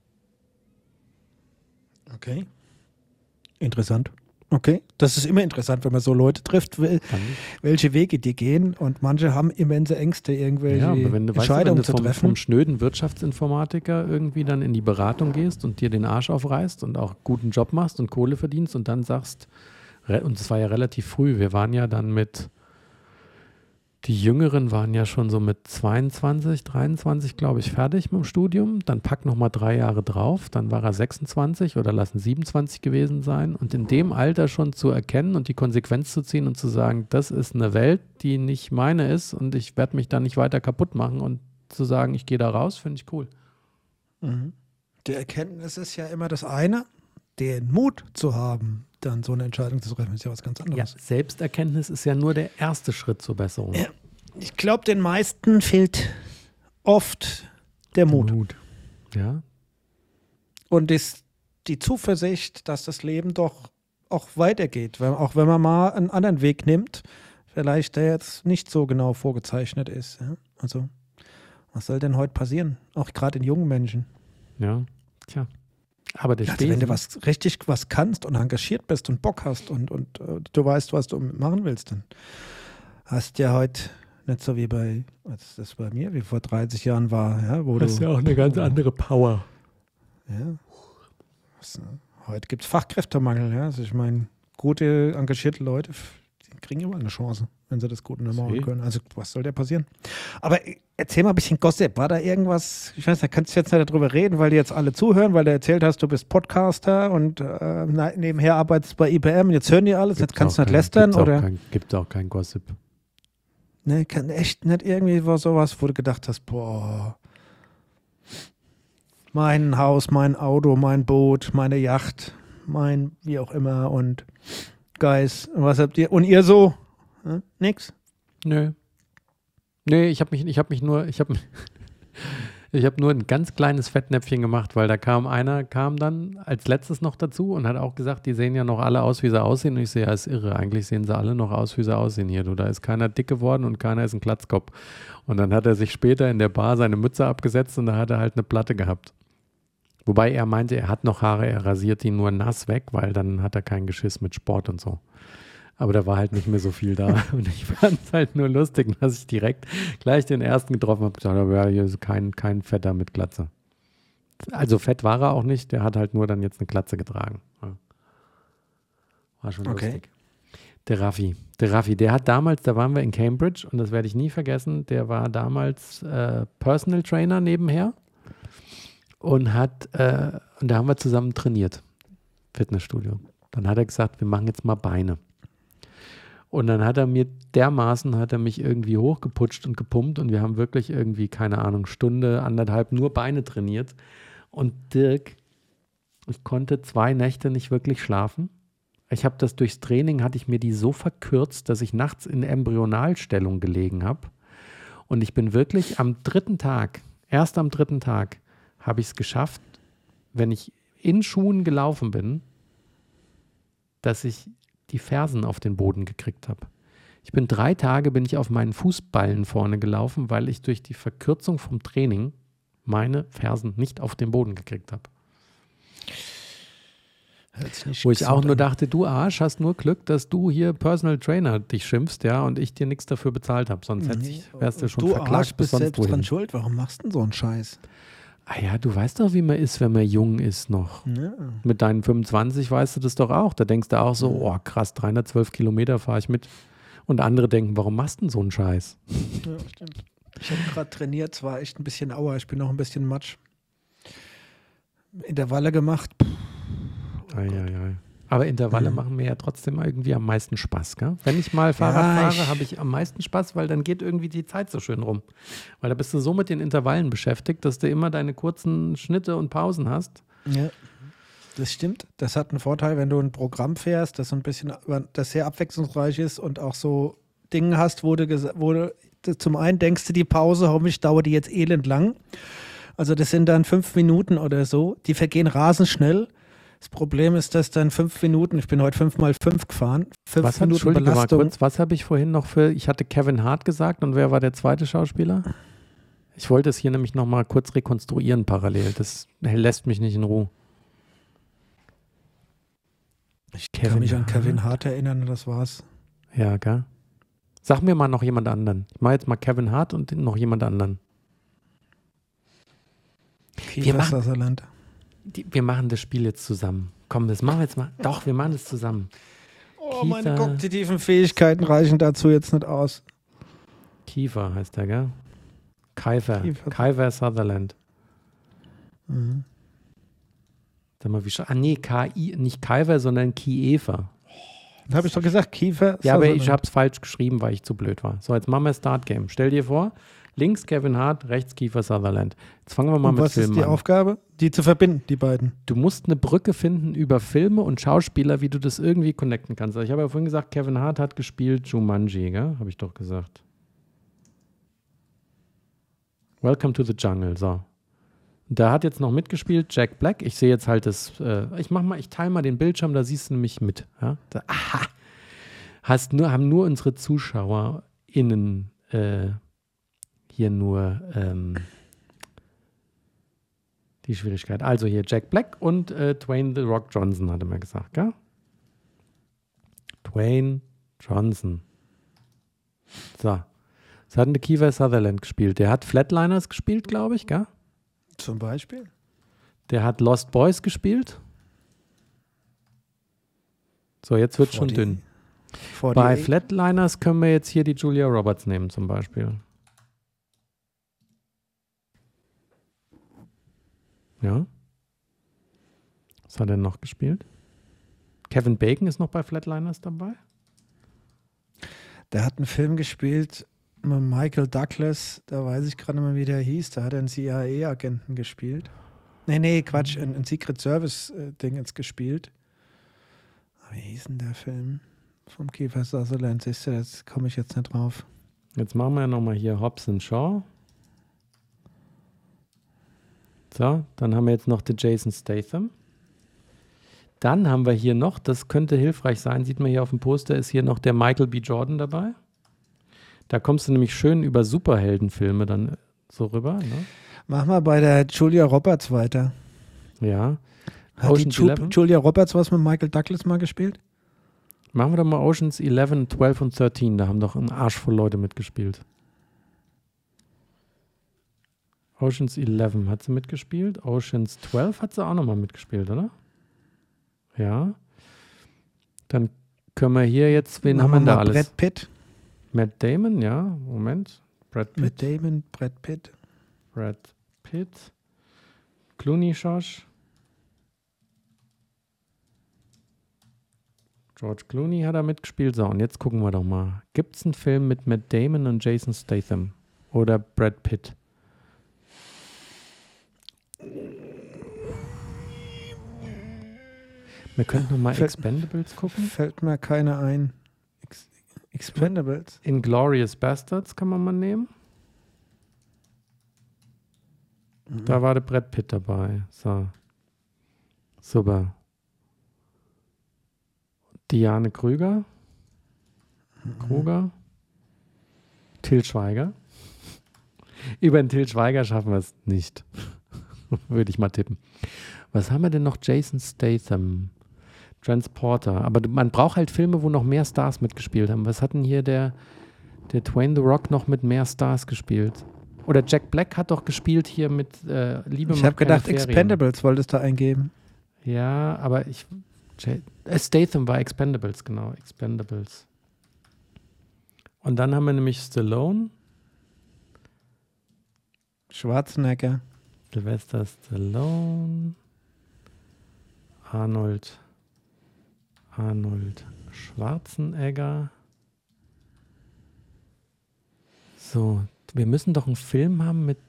Okay. Interessant. Okay, das ist immer interessant, wenn man so Leute trifft, welche Wege die gehen und manche haben immense Ängste, irgendwelche ja, aber wenn du, Entscheidungen weißt du, wenn du zu vom, treffen. vom schnöden Wirtschaftsinformatiker irgendwie dann in die Beratung gehst und dir den Arsch aufreißt und auch guten Job machst und Kohle verdienst und dann sagst, und es war ja relativ früh, wir waren ja dann mit, die Jüngeren waren ja schon so mit zweiundzwanzig, dreiundzwanzig, glaube ich, fertig mit dem Studium. Dann pack nochmal drei Jahre drauf. Dann war er sechsundzwanzig oder lassen siebenundzwanzig gewesen sein. Und in dem Alter schon zu erkennen und die Konsequenz zu ziehen und zu sagen, das ist eine Welt, die nicht meine ist und ich werde mich da nicht weiter kaputt machen und zu sagen, ich gehe da raus, finde ich cool. Mhm. Die Erkenntnis ist ja immer das eine, den Mut zu haben, dann so eine Entscheidung zu treffen, ist ja was ganz anderes. Ja, Selbsterkenntnis ist ja nur der erste Schritt zur Besserung. Ja, ich glaube, den meisten fehlt oft der Mut. Mut. Ja. Und das, die Zuversicht, dass das Leben doch auch weitergeht, weil, auch wenn man mal einen anderen Weg nimmt, vielleicht der jetzt nicht so genau vorgezeichnet ist. Ja? Also, was soll denn heute passieren? Auch gerade in jungen Menschen. Ja, tja. Aber der also wenn du was richtig was kannst und engagiert bist und Bock hast und, und uh, du weißt, was du machen willst, dann hast du ja heute nicht so wie bei, als das bei mir, wie vor dreißig Jahren war. Ja, wo das ist du, ja auch eine ganz andere Power. Ja. Was, heute gibt es Fachkräftemangel. Ja? Also ich meine, gute, engagierte Leute, die kriegen immer eine Chance, wenn sie das gut machen können. Also was soll da passieren? Aber erzähl mal ein bisschen Gossip. War da irgendwas, ich weiß, da kannst du jetzt nicht darüber reden, weil die jetzt alle zuhören, weil du erzählt hast, du bist Podcaster und äh, nebenher arbeitest bei I B M. Jetzt hören die alles, gibt's jetzt kannst du nicht kein, lästern. Gibt's oder? Auch kein, gibt auch kein Gossip. Ne, kann echt nicht irgendwie sowas, wo du gedacht hast, boah, mein Haus, mein Auto, mein Boot, meine Yacht, mein wie auch immer und Guys, was habt ihr? Und ihr so? Hm? Nix? Nö. Nee, ich habe mich, ich habe mich nur, ich habe ich habe nur ein ganz kleines Fettnäpfchen gemacht, weil da kam einer, kam dann als letztes noch dazu und hat auch gesagt, die sehen ja noch alle aus, wie sie aussehen. Und ich sehe, ja, ist irre. Eigentlich sehen sie alle noch aus, wie sie aussehen hier. Du, da ist keiner dick geworden und keiner ist ein Glatzkopf. Und dann hat er sich später in der Bar seine Mütze abgesetzt und da hat er halt eine Platte gehabt. Wobei er meinte, er hat noch Haare, er rasiert die nur nass weg, weil dann hat er kein Geschiss mit Sport und so. Aber da war halt nicht mehr so viel da. Und ich fand es halt nur lustig, dass ich direkt gleich den ersten getroffen habe. Gesagt habe, ja, hier ist kein, kein Fetter mit Glatze. Also fett war er auch nicht, der hat halt nur dann jetzt eine Glatze getragen. Ja. War schon Okay. lustig. Der Raffi, der Raffi, der hat damals, da waren wir in Cambridge und das werde ich nie vergessen, der war damals äh, Personal Trainer nebenher und hat, äh, und da haben wir zusammen trainiert, Fitnessstudio. Dann hat er gesagt, wir machen jetzt mal Beine. Und dann hat er mir dermaßen, hat er mich irgendwie hochgeputscht und gepumpt und wir haben wirklich irgendwie, keine Ahnung, Stunde, anderthalb nur Beine trainiert. Und Dirk, ich konnte zwei Nächte nicht wirklich schlafen. Ich habe das durchs Training, hatte ich mir die so verkürzt, dass ich nachts in Embryonalstellung gelegen habe. Und ich bin wirklich am dritten Tag, erst am dritten Tag, habe ich es geschafft, wenn ich in Schuhen gelaufen bin, dass ich die Fersen auf den Boden gekriegt habe. Ich bin drei Tage, bin ich auf meinen Fußballen vorne gelaufen, weil ich durch die Verkürzung vom Training meine Fersen nicht auf den Boden gekriegt habe. Wo ich auch nur dachte, du Arsch, hast nur Glück, dass du hier Personal Trainer dich schimpfst, ja, und ich dir nichts dafür bezahlt habe. Sonst hätte ich, wärst du schon du verklagt Arsch, bis bist sonst selbst wohin. dran schuld. Warum machst du denn so einen Scheiß? Ah ja, du weißt doch, wie man ist, wenn man jung ist noch. Ja. Mit deinen fünfundzwanzig weißt du das doch auch. Da denkst du auch so, oh krass, dreihundertzwölf Kilometer fahre ich mit. Und andere denken, warum machst du denn so einen Scheiß? Ja, stimmt. Ich habe gerade trainiert, zwar echt ein bisschen Aua, ich bin noch ein bisschen Matsch. Intervalle gemacht. Puh. Oh Ei, Gott. ei, ei. Aber Intervalle Mhm. machen mir ja trotzdem irgendwie am meisten Spaß, gell? Wenn ich mal Fahrrad Ja, fahre, ich- habe ich am meisten Spaß, weil dann geht irgendwie die Zeit so schön rum. Weil da bist du so mit den Intervallen beschäftigt, dass du immer deine kurzen Schnitte und Pausen hast. Ja, das stimmt. Das hat einen Vorteil, wenn du ein Programm fährst, das so ein bisschen, das sehr abwechslungsreich ist und auch so Dinge hast, wo du, gesa- wo du zum einen denkst du, die Pause, hoffentlich dauert die jetzt elend lang. Also das sind dann fünf Minuten oder so. Die vergehen rasend schnell. Das Problem ist, dass dann fünf Minuten, ich bin heute fünf mal fünf gefahren, fünf Was hat, Minuten Entschuldige mal Belastung. kurz, was habe ich vorhin noch für, ich hatte Kevin Hart gesagt und wer war der zweite Schauspieler? Ich wollte es hier nämlich nochmal kurz rekonstruieren parallel. Das lässt mich nicht in Ruhe. Ich Kevin kann mich an Hart. Kevin Hart erinnern und das war's. Ja, gell? Sag mir mal noch jemand anderen. Ich mache jetzt mal Kevin Hart und noch jemand anderen. Kiefer machen- Sutherland. Die, wir machen das Spiel jetzt zusammen. Komm, das machen wir jetzt mal. Doch, wir machen das zusammen. Oh, meine Kiefer- kognitiven Fähigkeiten reichen dazu jetzt nicht aus. Kiefer heißt der, gell? Kiefer. Kiefer. Kiefer Sutherland. Mhm. Sag mal, wie sch- Ah, nee, K I, nicht Kiefer, sondern Kiefer. Da habe ich doch gesagt, Kiefer Ja, aber ich Sutherland. habe es falsch geschrieben, weil ich zu blöd war. So, jetzt machen wir Start Game. Stell dir vor, links Kevin Hart, rechts Kiefer Sutherland. Jetzt fangen wir mal Und mit was ist Filmen die an. Aufgabe? Die zu verbinden, die beiden. Du musst eine Brücke finden über Filme und Schauspieler, wie du das irgendwie connecten kannst. Also ich habe ja vorhin gesagt, Kevin Hart hat gespielt Jumanji, gell? Habe ich doch gesagt. Welcome to the Jungle, so. Und da hat jetzt noch mitgespielt Jack Black. Ich sehe jetzt halt das, äh, ich mach mal, ich teile mal den Bildschirm, da siehst du nämlich mit. Ja? Da, aha. Hast nur, haben nur unsere ZuschauerInnen äh, hier nur ähm, die Schwierigkeit. Also hier Jack Black und äh, Dwayne The Rock Johnson, hatte man gesagt, gell? Dwayne Johnson. So. Was hat denn der Kiefer Sutherland gespielt? Der hat Flatliners gespielt, glaube ich, gell? Zum Beispiel? Der hat Lost Boys gespielt. So, jetzt wird schon forty dünn. forty Bei Flatliners können wir jetzt hier die Julia Roberts nehmen zum Beispiel. Ja. Was hat er noch gespielt? Kevin Bacon ist noch bei Flatliners dabei. Der hat einen Film gespielt mit Michael Douglas, da weiß ich gerade nicht mehr, wie der hieß. Da hat er einen C I A-Agenten gespielt. Nee, nee, Quatsch, ein, ein Secret Service-Ding jetzt gespielt. Aber wie hieß denn der Film? vom Kiefer Sutherland. Siehst du, jetzt komme ich jetzt nicht drauf. Jetzt machen wir ja nochmal hier Hobbs and Shaw. So, dann haben wir jetzt noch den Jason Statham. Dann haben wir hier noch, das könnte hilfreich sein, sieht man hier auf dem Poster, ist hier noch der Michael B. Jordan dabei. Da kommst du nämlich schön über Superheldenfilme dann so rüber. Ne? Mach mal bei der Julia Roberts weiter. Ja. Hat Ocean's die Ju- Eleven. Julia Roberts was mit Michael Douglas mal gespielt? Machen wir doch mal Ocean's elf, zwölf und dreizehn. Da haben doch ein Arsch voll Leute mitgespielt. Ocean's elf hat sie mitgespielt. Ocean's zwölf hat sie auch nochmal mitgespielt, oder? Ja. Dann können wir hier jetzt, wen Machen haben wir wir da mal alles? Brad Pitt. Matt Damon, ja. Moment. Brad Pitt. Mit Damon, Brad Pitt. Brad Pitt. Clooney, Josh. George Clooney hat da mitgespielt. So, und jetzt gucken wir doch mal. Gibt es einen Film mit Matt Damon und Jason Statham? Oder Brad Pitt? Wir könnten noch mal Fällt- Expendables gucken. Fällt mir keiner ein. Ex- Expendables. Inglourious Bastards kann man mal nehmen. Da war der Brad Pitt dabei. So. Super. Diane Krüger. Kruger. Til Schweiger. Über den Til Schweiger schaffen wir es nicht. Würde ich mal tippen. Was haben wir denn noch? Jason Statham. Transporter. Aber du- man braucht halt Filme, wo noch mehr Stars mitgespielt haben. Was hat denn hier der, der Dwayne The Rock noch mit mehr Stars gespielt? Oder Jack Black hat doch gespielt hier mit äh, Liebe Ich macht habe gedacht, keine Ferien. Expendables wolltest du eingeben. Ja, aber ich. J- äh, Statham war Expendables, genau. Expendables. Und dann haben wir nämlich Stallone, Schwarzenegger. Sylvester Stallone, Arnold, Arnold Schwarzenegger. So, wir müssen doch einen Film haben mit.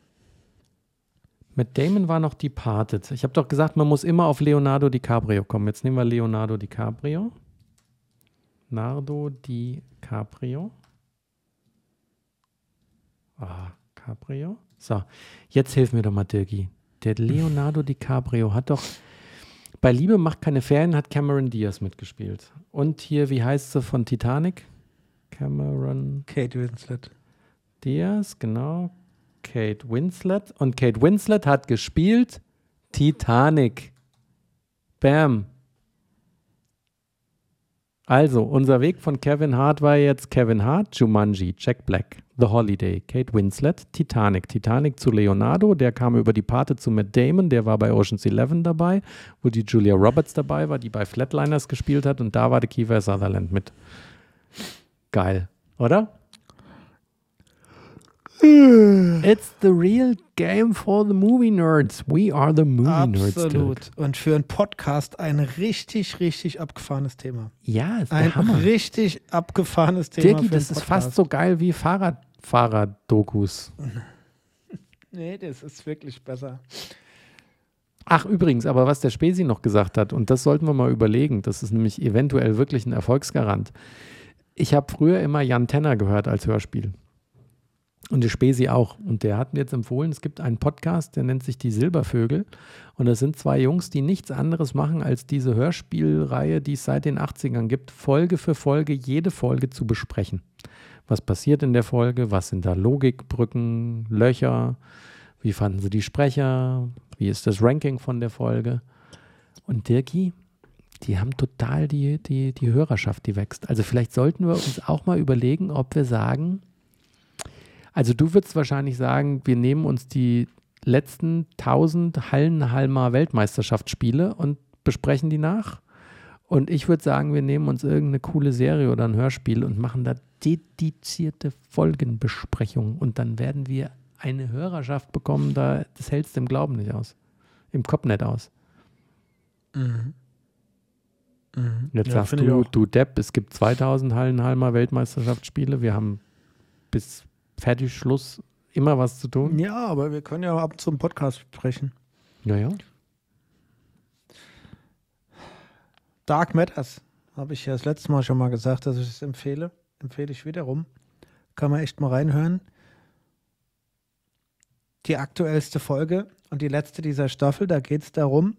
Mit Damon war noch Departed. Ich habe doch gesagt, man muss immer auf Leonardo DiCaprio kommen. Jetzt nehmen wir Leonardo DiCaprio. Nardo DiCaprio. Ah, Caprio. So, jetzt hilf mir doch mal, Dirki. Der Leonardo DiCaprio hat doch bei Liebe macht keine Ferien, hat Cameron Diaz mitgespielt. Und hier, wie heißt sie von Titanic? Cameron Kate Winslet. Diaz, genau. Kate Winslet. Und Kate Winslet hat gespielt Titanic. Bam. Also, unser Weg von Kevin Hart war jetzt Kevin Hart, Jumanji, Jack Black, The Holiday, Kate Winslet, Titanic. Titanic zu Leonardo, der kam über die Pate zu Matt Damon, der war bei Ocean's elf dabei, wo die Julia Roberts dabei war, die bei Flatliners gespielt hat, und da war der Kiefer Sutherland mit. Geil, oder? It's the real game for the movie nerds. We are the movie nerds. Absolut. Und für einen Podcast ein richtig, richtig abgefahrenes Thema. Ja, ist Ein der Hammer. richtig abgefahrenes Thema. Dirki, für einen das ist Podcast. fast so geil wie Fahrradfahrer-Dokus. Nee, das ist wirklich besser. Ach, übrigens, aber was der Spesi noch gesagt hat, und das sollten wir mal überlegen, das ist nämlich eventuell wirklich ein Erfolgsgarant. Ich habe früher immer Jan Tenner gehört als Hörspiel. Und der Spesi auch. Und der hat mir jetzt empfohlen, es gibt einen Podcast, der nennt sich Die Silbervögel. Und das sind zwei Jungs, die nichts anderes machen, als diese Hörspielreihe, die es seit den achtzigern gibt, Folge für Folge, jede Folge zu besprechen. Was passiert in der Folge? Was sind da Logikbrücken, Löcher? Wie fanden sie die Sprecher? Wie ist das Ranking von der Folge? Und Dirki, die haben total die, die, die Hörerschaft, die wächst. Also vielleicht sollten wir uns auch mal überlegen, ob wir sagen, also du würdest wahrscheinlich sagen, wir nehmen uns die letzten tausend Hallenhalmer Weltmeisterschaftsspiele und besprechen die nach. Und ich würde sagen, wir nehmen uns irgendeine coole Serie oder ein Hörspiel und machen da dedizierte Folgenbesprechungen. Und dann werden wir eine Hörerschaft bekommen, da, das hältst du im Glauben nicht aus. Im Kopf nicht aus. Mhm. Mhm. Jetzt Ja, sagst finde ich du, auch. du Depp, es gibt zweitausend Hallenhalmer Weltmeisterschaftsspiele. Wir haben bis fertig Schluss immer was zu tun. Ja, aber wir können ja ab und zu einen Podcast sprechen. Ja, ja. Dark Matters. Habe ich ja das letzte Mal schon mal gesagt, dass ich es empfehle. Empfehle ich wiederum. Kann man echt mal reinhören. Die aktuellste Folge und die letzte dieser Staffel, da geht es darum,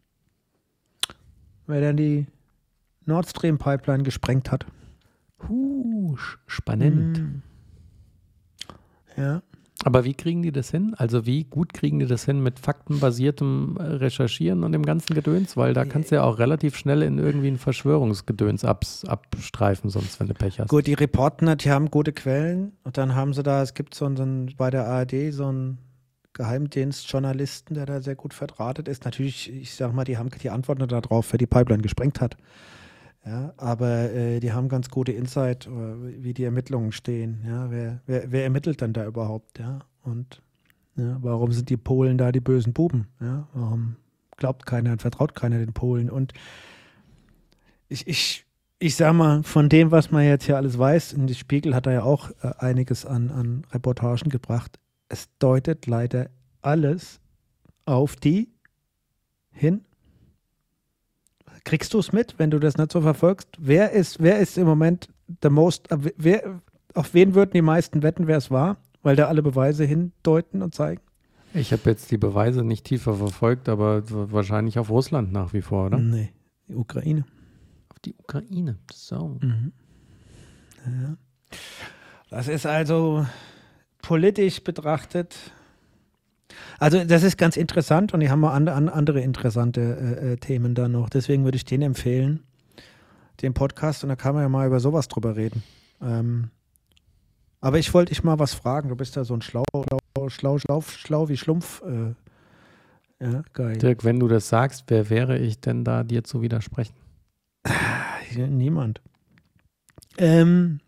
wer denn die Nord Stream Pipeline gesprengt hat. Huh, spannend. Mhm. Ja. Aber wie kriegen die das hin? Also wie gut kriegen die das hin mit faktenbasiertem Recherchieren und dem ganzen Gedöns? Weil da kannst du ja auch relativ schnell in irgendwie ein Verschwörungsgedöns abs, abstreifen, sonst wenn du Pech hast. Gut, die Reporter, die haben gute Quellen und dann haben sie da, es gibt so einen, bei der A R D so einen Geheimdienstjournalisten, der da sehr gut verdrahtet ist. Natürlich, ich sag mal, die haben die Antworten darauf, wer die Pipeline gesprengt hat. Ja, aber äh, die haben ganz gute Insight, äh, wie die Ermittlungen stehen. Ja, wer, wer, wer ermittelt denn da überhaupt? Ja, und ja, warum sind die Polen da die bösen Buben? Ja, warum glaubt keiner und vertraut keiner den Polen? Und ich, ich, ich sag mal, von dem, was man jetzt hier alles weiß, und die Spiegel hat da ja auch äh, einiges an, an Reportagen gebracht, es deutet leider alles auf die hin. Kriegst du es mit, wenn du das nicht so verfolgst? Wer ist, wer ist im Moment the most, wer, auf wen würden die meisten wetten, wer es war? Weil da alle Beweise hindeuten und zeigen? Ich habe jetzt die Beweise nicht tiefer verfolgt, aber wahrscheinlich auf Russland nach wie vor, oder? Nee, die Ukraine. Auf die Ukraine, so. Mhm. Ja. Das ist also politisch betrachtet. Also das ist ganz interessant und die haben auch an, an andere interessante äh, Themen da noch. Deswegen würde ich den empfehlen, den Podcast, und da kann man ja mal über sowas drüber reden. Ähm, aber ich wollte dich mal was fragen. Du bist ja so ein schlau, schlau, schlau, schlau, schlau wie Schlumpf. Äh, ja, geil. Dirk, wenn du das sagst, wer wäre ich denn da, dir zu widersprechen? Niemand. Ähm,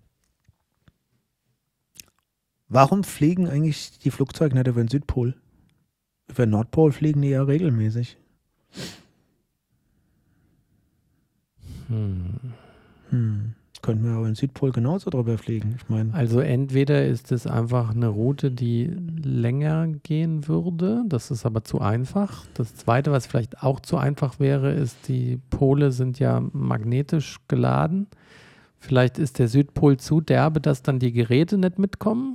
warum fliegen eigentlich die Flugzeuge nicht über den Südpol? Über den Nordpol fliegen die ja regelmäßig. Hm. Hm. Könnten wir aber den Südpol genauso drüber fliegen. Ich meine, Also entweder ist es einfach eine Route, die länger gehen würde, das ist aber zu einfach. Das Zweite, was vielleicht auch zu einfach wäre, ist, die Pole sind ja magnetisch geladen. Vielleicht ist der Südpol zu derbe, dass dann die Geräte nicht mitkommen.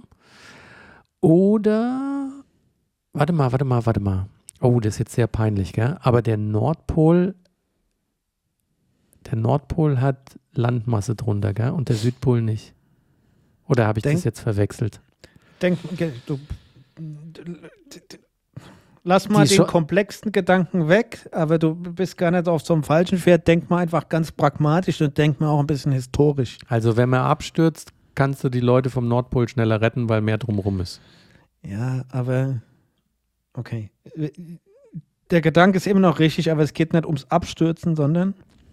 Oder, warte mal, warte mal, warte mal. Oh, das ist jetzt sehr peinlich, gell? Aber der Nordpol, der Nordpol hat Landmasse drunter, gell? Und der Südpol nicht. Oder habe ich Denk, das jetzt verwechselt? Denk, du, lass mal Die den scho- komplexen Gedanken weg, aber du bist gar nicht auf so einem falschen Pferd. Denk mal einfach ganz pragmatisch und denk mal auch ein bisschen historisch. Also wenn man abstürzt, kannst du die Leute vom Nordpol schneller retten, weil mehr drumherum ist. Ja, aber okay. Der Gedanke ist immer noch richtig, aber es geht nicht ums Abstürzen, sondern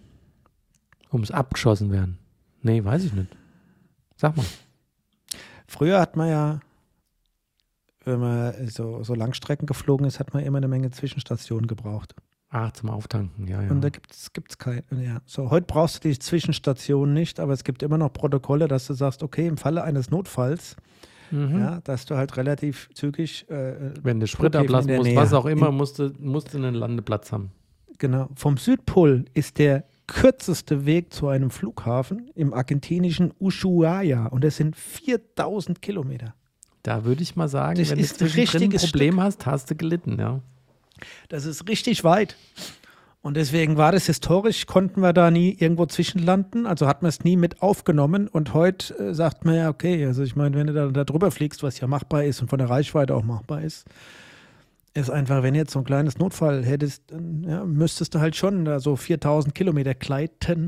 Ums abgeschossen werden. Nee, weiß ich nicht. Sag mal. früher hat man ja, wenn man so, so Langstrecken geflogen ist, hat man immer eine Menge Zwischenstationen gebraucht. Ach, zum Auftanken, ja, ja. Und da gibt es keine. Ja. So, heute brauchst du die Zwischenstation nicht, aber es gibt immer noch Protokolle, dass du sagst, okay, im Falle eines Notfalls, Mhm. ja, dass du halt relativ zügig äh, Wenn du Sprit Flughäfen ablassen in der musst, Nähe- was auch immer, in- musst du, musst du einen Landeplatz haben. Genau. Vom Südpol ist der kürzeste Weg zu einem Flughafen im argentinischen Ushuaia und das sind viertausend Kilometer. Da würde ich mal sagen, Das wenn ist du ein zwischendrin ein richtiges Problem hast, hast du gelitten, ja. Das ist richtig weit. Und deswegen war das historisch, konnten wir da nie irgendwo zwischenlanden, also hat man es nie mit aufgenommen. Und heute äh, sagt man ja, okay, also ich meine, wenn du da, da drüber fliegst, was ja machbar ist und von der Reichweite auch machbar ist, ist einfach, wenn du jetzt so ein kleines Notfall hättest, dann ja, müsstest du halt schon da so viertausend Kilometer gleiten.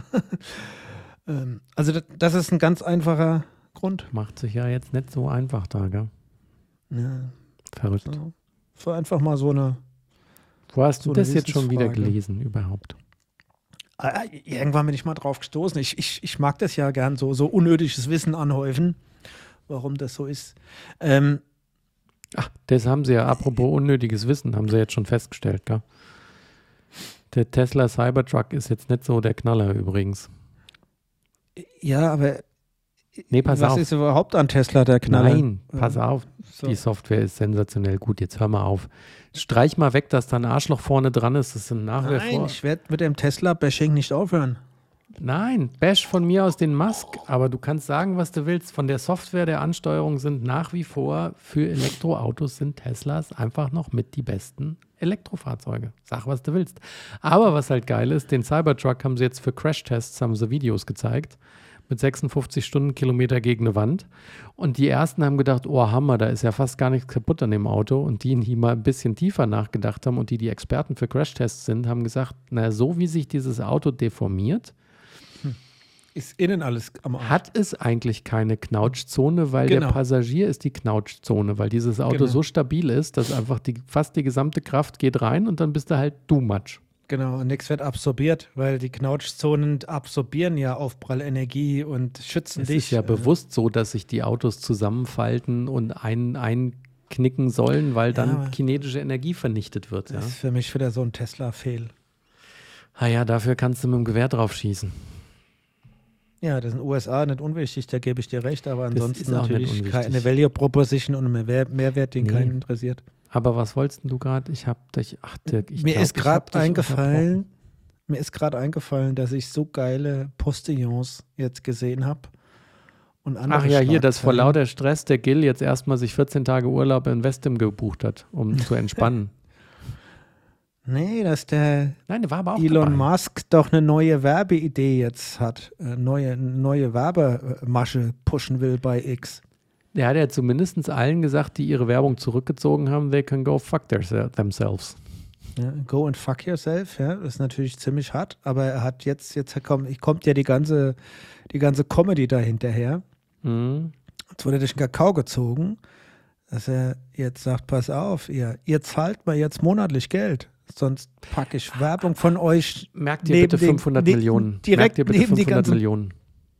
ähm, also das, das ist ein ganz einfacher Grund. Macht sich ja jetzt nicht so einfach da, gell? Ja, Verrückt. so. Für einfach mal so eine Wo hast So du eine das jetzt schon wieder Wissensfrage. gelesen überhaupt? Ah, irgendwann bin ich mal drauf gestoßen. Ich, ich, ich mag das ja gern, so, so unnötiges Wissen anhäufen, warum das so ist. Ähm, Ach, das haben sie ja, apropos unnötiges Wissen, haben sie jetzt schon festgestellt, gell? Der Tesla Cybertruck ist jetzt nicht so der Knaller übrigens. ja, aber Nee, pass was auf. ist überhaupt an Tesla der Knaller? Nein, pass Ähm, auf. So. Die Software ist sensationell gut. Jetzt hör mal auf. Streich mal weg, dass da ein Arschloch vorne dran ist. Das ist ein nach wie Nein, vor. ich werde mit dem Tesla-Bashing nicht aufhören. Nein, Bash von mir aus den Musk, aber du kannst sagen, was du willst. Von der Software der Ansteuerung sind nach wie vor für Elektroautos sind Teslas einfach noch mit die besten Elektrofahrzeuge. Sag, was du willst. Aber was halt geil ist, den Cybertruck haben sie jetzt für Crashtests, haben sie Videos gezeigt, mit sechsundfünfzig Stundenkilometer gegen eine Wand. Und die ersten haben gedacht, oh Hammer, da ist ja fast gar nichts kaputt an dem Auto. Und die, die mal ein bisschen tiefer nachgedacht haben und die die Experten für Crashtests sind, haben gesagt, na, so wie sich dieses Auto deformiert, ist innen alles am Arsch. hat es eigentlich keine Knautschzone, weil Genau. der Passagier ist die Knautschzone, weil dieses Auto Genau. so stabil ist, dass einfach die, fast die gesamte Kraft geht rein und dann bist du halt too much. Genau, und nichts wird absorbiert, weil die Knautschzonen absorbieren ja Aufprallenergie und schützen Es dich. ist ja Also, bewusst so, dass sich die Autos zusammenfalten und ein, einknicken sollen, weil dann Ja. kinetische Energie vernichtet wird. Ja? Das ist für mich wieder so ein Tesla-Fehl. Ah ja, dafür kannst du mit dem Gewehr drauf schießen. Ja, das ist in den U S A nicht unwichtig, da gebe ich dir recht, aber Das ansonsten ist auch nicht natürlich unwichtig. keine Value Proposition und ein Mehrwert, Mehrwert den Nee. keinen interessiert. Aber was wolltest denn du gerade? Ich hab dich, ach, Dirk, ich mir glaub, ist ich hab gerade dich eingefallen, mir ist gerade eingefallen, dass ich so geile Postillons jetzt gesehen habe. Und andere Ach ja, hier, dass vor Schlagzeilen. lauter Stress der Gil jetzt erstmal sich vierzehn Tage Urlaub in Westim gebucht hat, um zu entspannen. Nee, dass der Nein, der war aber auch Elon dabei. Musk doch eine neue Werbeidee jetzt hat, äh, neue, neue Werbemasche pushen will bei X. Der hat ja zumindest allen gesagt, die ihre Werbung zurückgezogen haben, they can go fuck their, themselves. Ja, go and fuck yourself, ja, das ist natürlich ziemlich hart, aber er hat jetzt, jetzt kommt, kommt ja die ganze, die ganze Comedy dahinterher. Mhm. Jetzt wurde durch den Kakao gezogen, dass er jetzt sagt, pass auf, ihr, ihr zahlt mir jetzt monatlich Geld, sonst packe ich Werbung von euch Merkt ihr Neben bitte den- fünfhundert ne- Millionen. direkt Merkt ihr bitte neben die fünfhundert ganzen- Millionen.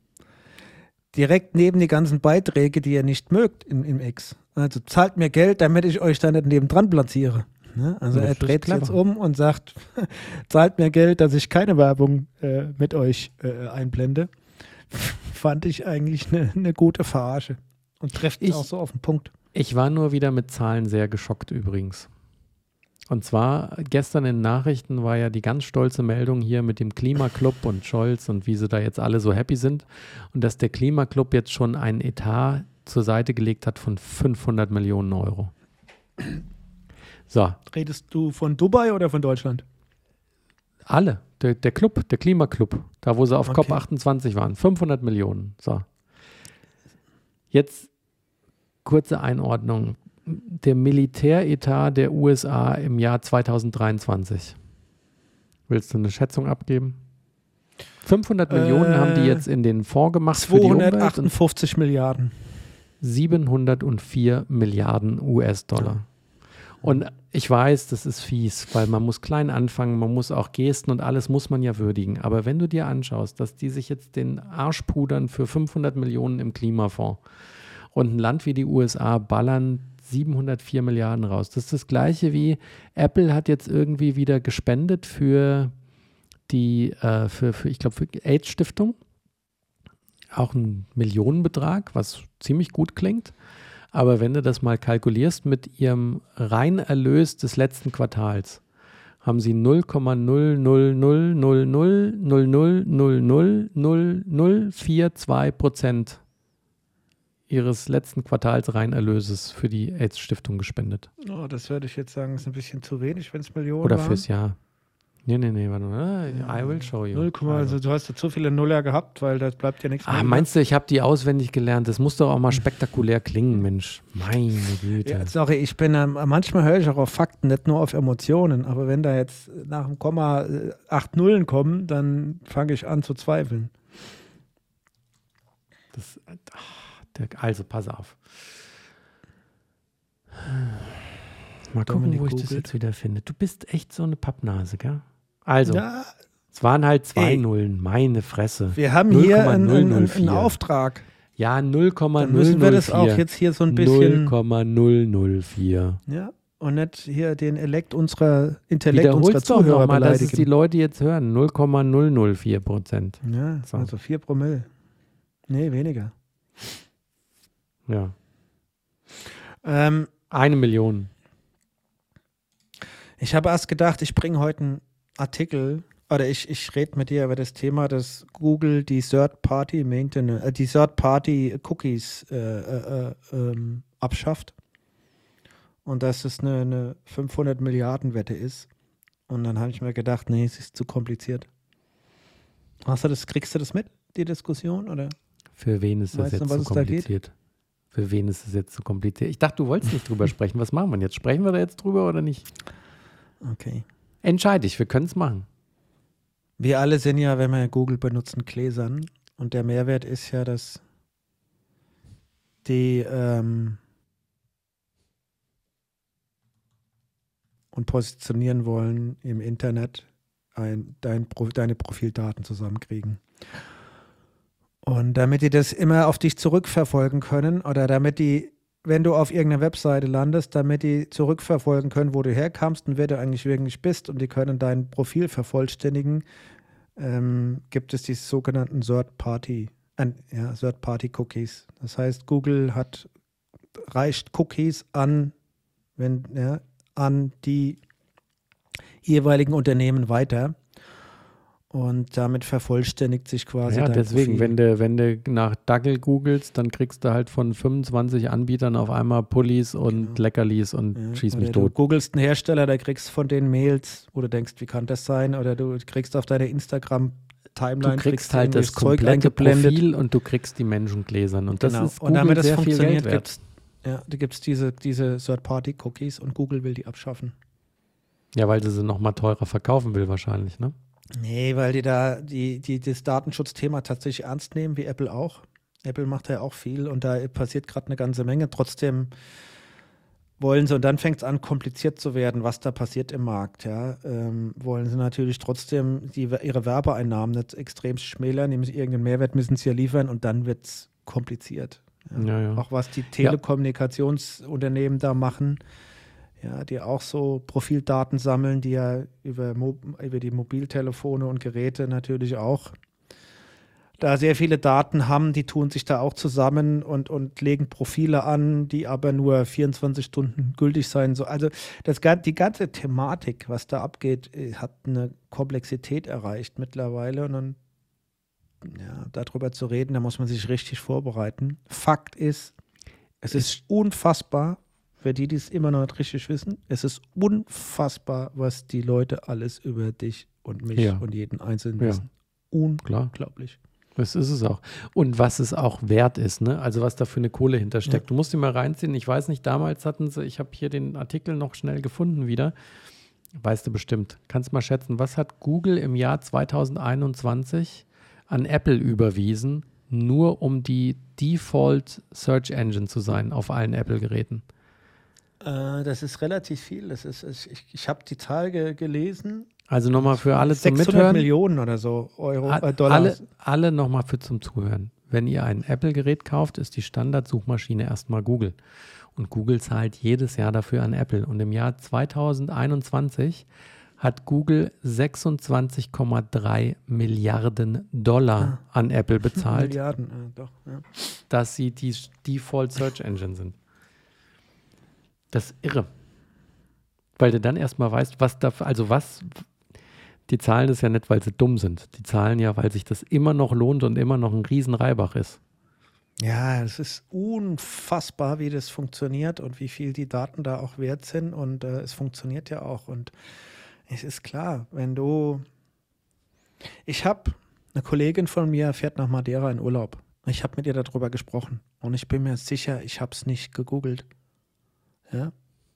direkt neben die ganzen Beiträge, die ihr nicht mögt in, im X. Also zahlt mir Geld, damit ich euch da nicht nebendran platziere. Ne? Also Das er ist dreht clever. jetzt um und sagt, zahlt mir Geld, dass ich keine Werbung äh, mit euch äh, einblende. Fand ich eigentlich eine ne gute Verarsche. Und trifft es Ich- auch so auf den Punkt. Ich war nur wieder mit Zahlen sehr geschockt übrigens. Und zwar gestern in Nachrichten war ja die ganz stolze Meldung hier mit dem Klimaclub und Scholz und wie sie da jetzt alle so happy sind und dass der Klimaclub jetzt schon einen Etat zur Seite gelegt hat von fünfhundert Millionen Euro. So, Redest du von Dubai oder von Deutschland? alle, der, der Club, der Klimaclub, da wo sie auf Okay. COP achtundzwanzig waren, fünfhundert Millionen. So. Jetzt kurze Einordnung. Der Militäretat der U S A im Jahr zweitausenddreiundzwanzig. Willst du eine Schätzung abgeben? fünfhundert Äh, Millionen haben die jetzt in den Fonds gemacht für die Umwelt und zweihundertachtundfünfzig Milliarden. siebenhundertvier Milliarden U S-Dollar. Und ich weiß, das ist fies, weil man muss klein anfangen, man muss auch Gesten und alles muss man ja würdigen. Aber wenn du dir anschaust, dass die sich jetzt den Arsch pudern für fünfhundert Millionen im Klimafonds und ein Land wie die U S A ballern siebenhundertvier Milliarden raus. Das ist das Gleiche wie Apple hat jetzt irgendwie wieder gespendet für die, äh, für, für, ich glaube, für AIDS-Stiftung. Auch ein Millionenbetrag, was ziemlich gut klingt. Aber wenn du das mal kalkulierst mit ihrem Reinerlös des letzten Quartals, haben sie null Komma null null null null null null null null null null null vier zwei Prozent ihres letzten Quartals Reinerlöses für die AIDS-Stiftung gespendet. Oh, das würde ich jetzt sagen, ist ein bisschen zu wenig, wenn es Millionen Oder waren. fürs Jahr. Nee, nee, nee, warte mal. I will show you. null, also du hast ja zu viele Nuller gehabt, weil das bleibt ja nichts Ah, mehr. meinst du, ich habe die auswendig gelernt? Das muss doch auch mal spektakulär klingen, Mensch. Meine Güte. Ja, sorry, ich bin, ähm, manchmal höre ich auch auf Fakten, nicht nur auf Emotionen, aber wenn da jetzt nach dem Komma äh, acht Nullen kommen, dann fange ich an zu zweifeln. Das, ach, der, also, pass auf. Mal gucken, Dominik wo ich das googelt. jetzt wieder finde. Du bist echt so eine Pappnase, gell? Also, Ja, es waren halt zwei Ey. Nullen. Meine Fresse. wir haben null hier Komma einen, null einen, null einen vier. Auftrag. Ja, null Komma Dann null null vier. müssen wir das auch jetzt hier so ein bisschen, null Komma null null vier. ja, und nicht hier den Elekt unserer, Intellekt unserer Wiederholst doch Zuhörer nochmal, dass es die beleidigen. Leute jetzt hören. null Komma null null vier Prozent. Ja, So. also vier Promille. Nee, weniger. Ja. Ähm, Eine Million. Ich habe erst gedacht, ich bringe heute einen Artikel oder ich, ich rede mit dir über das Thema, dass Google die Third-Party Maintenance, äh, die Third-Party Cookies äh, äh, ähm, abschafft und dass es eine, eine fünfhundert Milliarden Wette ist. Und dann habe ich mir gedacht, nee, es ist zu kompliziert. Hast du das, kriegst du das mit, die Diskussion? Oder? Für wen ist das Weißt du, jetzt um zu was es da geht? kompliziert? Für wen ist es jetzt zu kompliziert? Ich dachte, du wolltest nicht drüber sprechen. Was machen wir jetzt? Sprechen wir da jetzt drüber oder nicht? Okay. Entscheide ich, wir können es machen. Wir alle sind ja, wenn wir Google benutzen, Gläsern. Und der Mehrwert ist ja, dass die ähm, und positionieren wollen im Internet ein, dein, Pro- deine Profildaten zusammenkriegen. Und damit die das immer auf dich zurückverfolgen können oder damit die, wenn du auf irgendeiner Webseite landest, damit die zurückverfolgen können, wo du herkamst und wer du eigentlich wirklich bist und die können dein Profil vervollständigen, ähm, gibt es die sogenannten Third-Party, äh, ja, Third-Party-Cookies. Das heißt, Google hat reicht Cookies an, wenn, ja, an die jeweiligen Unternehmen weiter. Und damit vervollständigt sich quasi Ja, dein deswegen, Profil. wenn du, wenn du nach Dackel googelst, dann kriegst du halt von fünfundzwanzig Anbietern auf einmal Pullis und Genau. Leckerlis und Ja, schieß oder mich du tot. googelst einen Hersteller, da kriegst von den Mails, wo du denkst, wie kann das sein? Oder du kriegst auf deine Instagram-Timeline Du kriegst halt das irgendwelches Zeug komplette eingeblendet. Profil und du kriegst die Menschen gläsern. Und das Genau. ist Und Google damit das sehr viel funktioniert, Geld wert. gibt's, ja, da gibt es diese, diese Third-Party-Cookies und Google will die abschaffen. Ja, weil sie sie nochmal teurer verkaufen will wahrscheinlich, ne? Nee, weil die da die, die das Datenschutzthema tatsächlich ernst nehmen, wie Apple auch. Apple macht ja auch viel und da passiert gerade eine ganze Menge. Trotzdem wollen sie, und dann fängt es an, kompliziert zu werden, was da passiert im Markt. Ja. Ähm, wollen sie natürlich trotzdem die, ihre Werbeeinnahmen nicht extrem schmälern, nämlich irgendeinen Mehrwert müssen sie ja liefern und dann wird es kompliziert. Ja. Ja, ja. Auch was die Telekommunikationsunternehmen da machen, ja, die auch so Profildaten sammeln, die ja über, Mo über die Mobiltelefone und Geräte natürlich auch da sehr viele Daten haben, die tun sich da auch zusammen und, und legen Profile an, die aber nur vierundzwanzig Stunden gültig sein sollen. Also das, die ganze Thematik, was da abgeht, hat eine Komplexität erreicht mittlerweile und dann, ja, darüber zu reden, da muss man sich richtig vorbereiten. Fakt ist, es ist unfassbar, für die, die es immer noch nicht richtig wissen, es ist unfassbar, was die Leute alles über dich und mich Ja. und jeden Einzelnen Ja. wissen. Klar. Unglaublich. Das ist es auch. Und was es auch wert ist, ne? Also was da für eine Kohle hintersteckt. Ja. Du musst dir mal reinziehen. Ich weiß nicht, damals hatten sie, ich habe hier den Artikel noch schnell gefunden wieder. Weißt du bestimmt. Kannst mal schätzen, was hat Google im Jahr zweitausendeinundzwanzig an Apple überwiesen, nur um die Default Search Engine zu sein auf allen Apple-Geräten? Äh, das ist relativ viel. Das ist, ich ich habe die Zahl ge gelesen. Also nochmal für alle zum sechshundert Mithören. Millionen oder so Euro, A- äh, Dollar. Alle, alle nochmal für zum Zuhören. Wenn ihr ein Apple-Gerät kauft, ist die Standardsuchmaschine erstmal Google. Und Google zahlt jedes Jahr dafür an Apple. Und im Jahr zweitausendeinundzwanzig hat Google sechsundzwanzig Komma drei Milliarden Dollar an Apple bezahlt, Milliarden, äh, doch. Ja. dass sie die Default Search Engine sind. Das ist irre. Weil du dann erstmal weißt, was da, also was, die zahlen das ja nicht, weil sie dumm sind. Die zahlen ja, weil sich das immer noch lohnt und immer noch ein Riesenreibach ist. Ja, es ist unfassbar, wie das funktioniert und wie viel die Daten da auch wert sind. Und äh, es funktioniert ja auch. Und es ist klar, wenn du. Ich habe eine Kollegin von mir, fährt nach Madeira in Urlaub. Ich habe mit ihr darüber gesprochen. Und ich bin mir sicher, ich habe es nicht gegoogelt. Ja.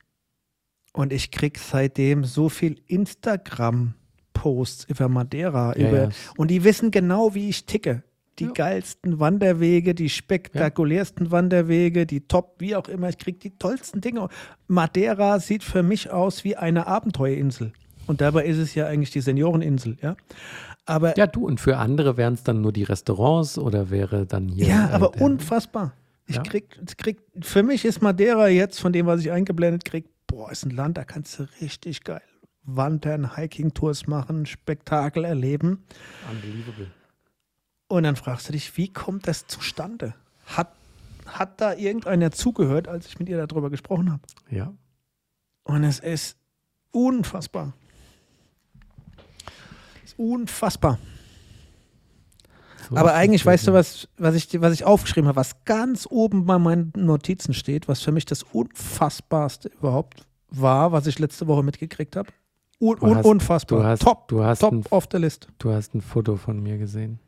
Und ich kriege seitdem so viel Instagram-Posts über Madeira. Ja, über, ja. Und die wissen genau, wie ich ticke. Die Ja. geilsten Wanderwege, die spektakulärsten Wanderwege, die top, wie auch immer. Ich kriege die tollsten Dinge. Madeira sieht für mich aus wie eine Abenteuerinsel. Und dabei ist es ja eigentlich die Senioreninsel. Ja, aber, Ja, du, und für andere wären es dann nur die Restaurants oder wäre dann hier. ja, äh, aber der- unfassbar. Ich Ja. krieg, ich krieg, für mich ist Madeira jetzt, von dem, was ich eingeblendet kriege, boah, ist ein Land, da kannst du richtig geil wandern, Hiking-Tours machen, Spektakel erleben. Unbelievable. Und dann fragst du dich, wie kommt das zustande? Hat, hat da irgendeiner zugehört, als ich mit ihr darüber gesprochen habe? Ja. Und es ist unfassbar. Es ist Unfassbar. So Aber ist eigentlich, das weißt du, Leben. was, was, ich, was ich aufgeschrieben habe, was ganz oben bei meinen Notizen steht, was für mich das Unfassbarste überhaupt war, was ich letzte Woche mitgekriegt habe? Un, Du un, hast- unfassbar. du hast- top, du hast top ein- auf der Liste. Du hast ein Foto von mir gesehen.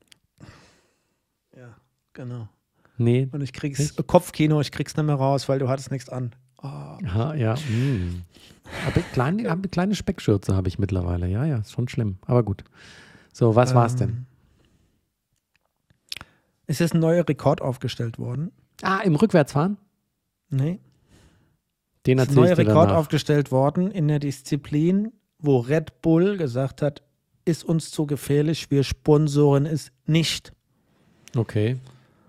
Ja, genau. Nee. Und ich krieg's, Nicht? äh, Kopfkino, ich krieg's nicht mehr raus, weil du hattest nichts an. Oh. Aha, ja. Mm. Aber kleine, aber kleine Speckschürze habe ich mittlerweile. Ja, ja, ist schon schlimm. Aber gut. So, was war's denn? Ähm, Es ist ein neuer Rekord aufgestellt worden. Ah, im Rückwärtsfahren? Nee. Den Es ist ein erzähl neuer ich dir Rekord danach. aufgestellt worden in der Disziplin, wo Red Bull gesagt hat, ist uns zu gefährlich, wir sponsoren es nicht. Okay.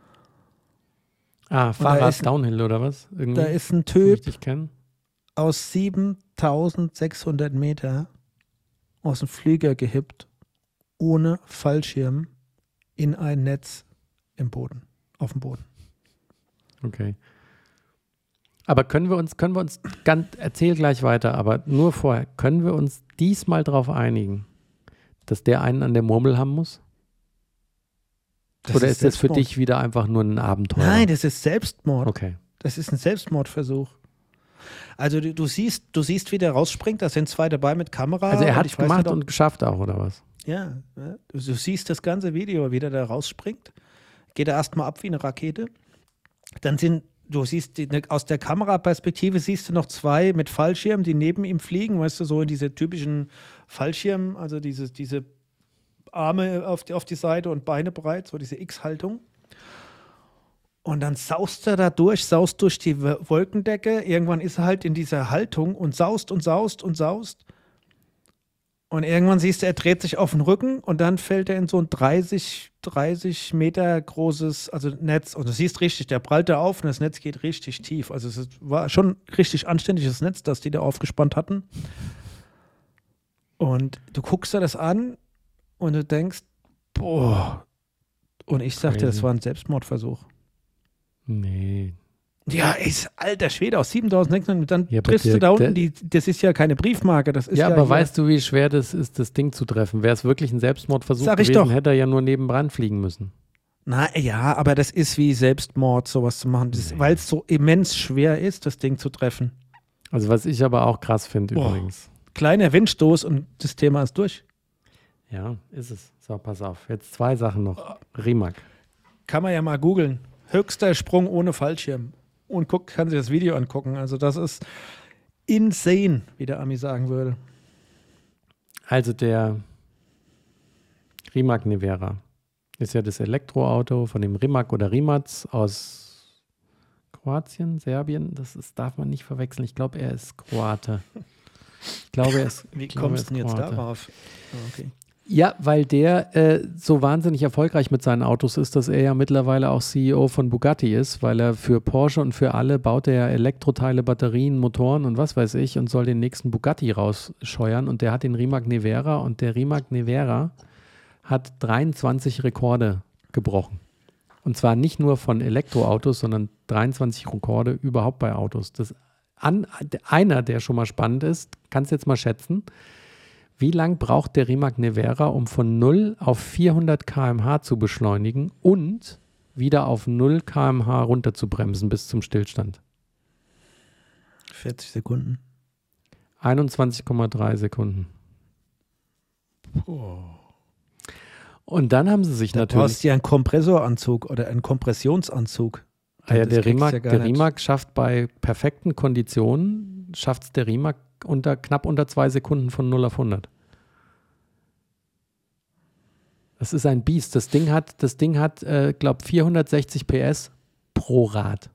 Ah, da Fahrrad ist- Downhill oder was? Irgendwie, Da ist ein so wie Typ ich dich kenne. aus siebentausendsechshundert Meter aus dem Flieger gehippt, ohne Fallschirm, in ein Netz im Boden, auf dem Boden. Okay. Aber können wir uns, können wir uns, ganz, erzähl gleich weiter, aber nur vorher, können wir uns diesmal darauf einigen, dass der einen an der Murmel haben muss? Oder ist das für Selbstmord. dich wieder einfach nur ein Abenteuer? Nein, das ist Selbstmord. Okay. Das ist ein Selbstmordversuch. Also du, du siehst, du siehst, wie der rausspringt, da sind zwei dabei mit Kamera. Also er und hat ich es weiß gemacht nicht, ob- und geschafft auch, oder was? Ja, ja, du, du siehst das ganze Video, wie der da rausspringt. Geht er erstmal ab wie eine Rakete. Dann sind, du siehst, die, ne, aus der Kameraperspektive siehst du noch zwei mit Fallschirm, die neben ihm fliegen, weißt du, so in diese typischen Fallschirm, also diese, diese Arme auf die, auf die Seite und Beine breit, so diese X-Haltung. Und dann saust er da durch, saust durch die W- Wolkendecke. Irgendwann ist er halt in dieser Haltung und saust und saust und saust. Und irgendwann siehst du, er dreht sich auf den Rücken und dann fällt er in so ein dreißig, dreißig Meter großes, also Netz. Und du siehst richtig, der prallt da auf und das Netz geht richtig tief. Also es ist- war schon ein richtig anständiges Netz, das die da aufgespannt hatten. Und du guckst dir das an und du denkst, boah. Und ich sagte, das Crazy. war ein Selbstmordversuch. Nee. Ja, ist alter Schwede aus siebentausendsechshundert. Dann Ja, aber triffst du der- da unten, der- die, das ist ja keine Briefmarke. Das ist Ja, ja, aber hier- weißt du, wie schwer das ist, das Ding zu treffen? Wäre es wirklich ein Selbstmordversuch Sag ich gewesen, doch. hätte er ja nur nebendran fliegen müssen. Na ja, aber das ist wie Selbstmord, sowas zu machen, Nee. weil es so immens schwer ist, das Ding zu treffen. Also was ich aber auch krass finde Boah. übrigens. Kleiner Windstoß und das Thema ist durch. Ja, ist es. So, pass auf. Jetzt zwei Sachen noch. Rimac. Kann man ja mal googeln. Höchster Sprung ohne Fallschirm. Und guck, kann sich das Video angucken. Also das ist insane, wie der Ami sagen würde. Also der Rimac Nevera ist ja das Elektroauto von dem Rimac oder Rimac aus Kroatien, Serbien. Das ist, darf man nicht verwechseln. Ich glaube, er ist Kroate. Ich glaube, er ist. Wie ich glaube, er kommst ist du denn jetzt Kroate. darauf? Ah, okay. Ja, weil der äh, so wahnsinnig erfolgreich mit seinen Autos ist, dass er ja mittlerweile auch C E O von Bugatti ist, weil er für Porsche und für alle baut er ja Elektroteile, Batterien, Motoren und was weiß ich und soll den nächsten Bugatti rausscheuern und der hat den Rimac Nevera und der Rimac Nevera hat dreiundzwanzig Rekorde gebrochen. Und zwar nicht nur von Elektroautos, sondern dreiundzwanzig Rekorde überhaupt bei Autos. Das an, einer, der schon mal spannend ist, kannst du jetzt mal schätzen, wie lang braucht der Rimac Nevera, um von null auf vierhundert Kilometer pro Stunde zu beschleunigen und wieder auf null Kilometer pro Stunde runterzubremsen bis zum Stillstand? vierzig Sekunden. einundzwanzig Komma drei Sekunden. Und dann haben sie sich Da natürlich... brauchst du ja einen Kompressoranzug oder einen Kompressionsanzug. Ah ja, Das der kriegst du Rimac, ja gar der nicht. Rimac schafft bei perfekten Konditionen, schafft es der Rimac unter, knapp unter zwei Sekunden von null auf hundert. Das ist ein Biest. Das Ding hat, das Ding hat, äh, glaube vierhundertsechzig P S pro Rad.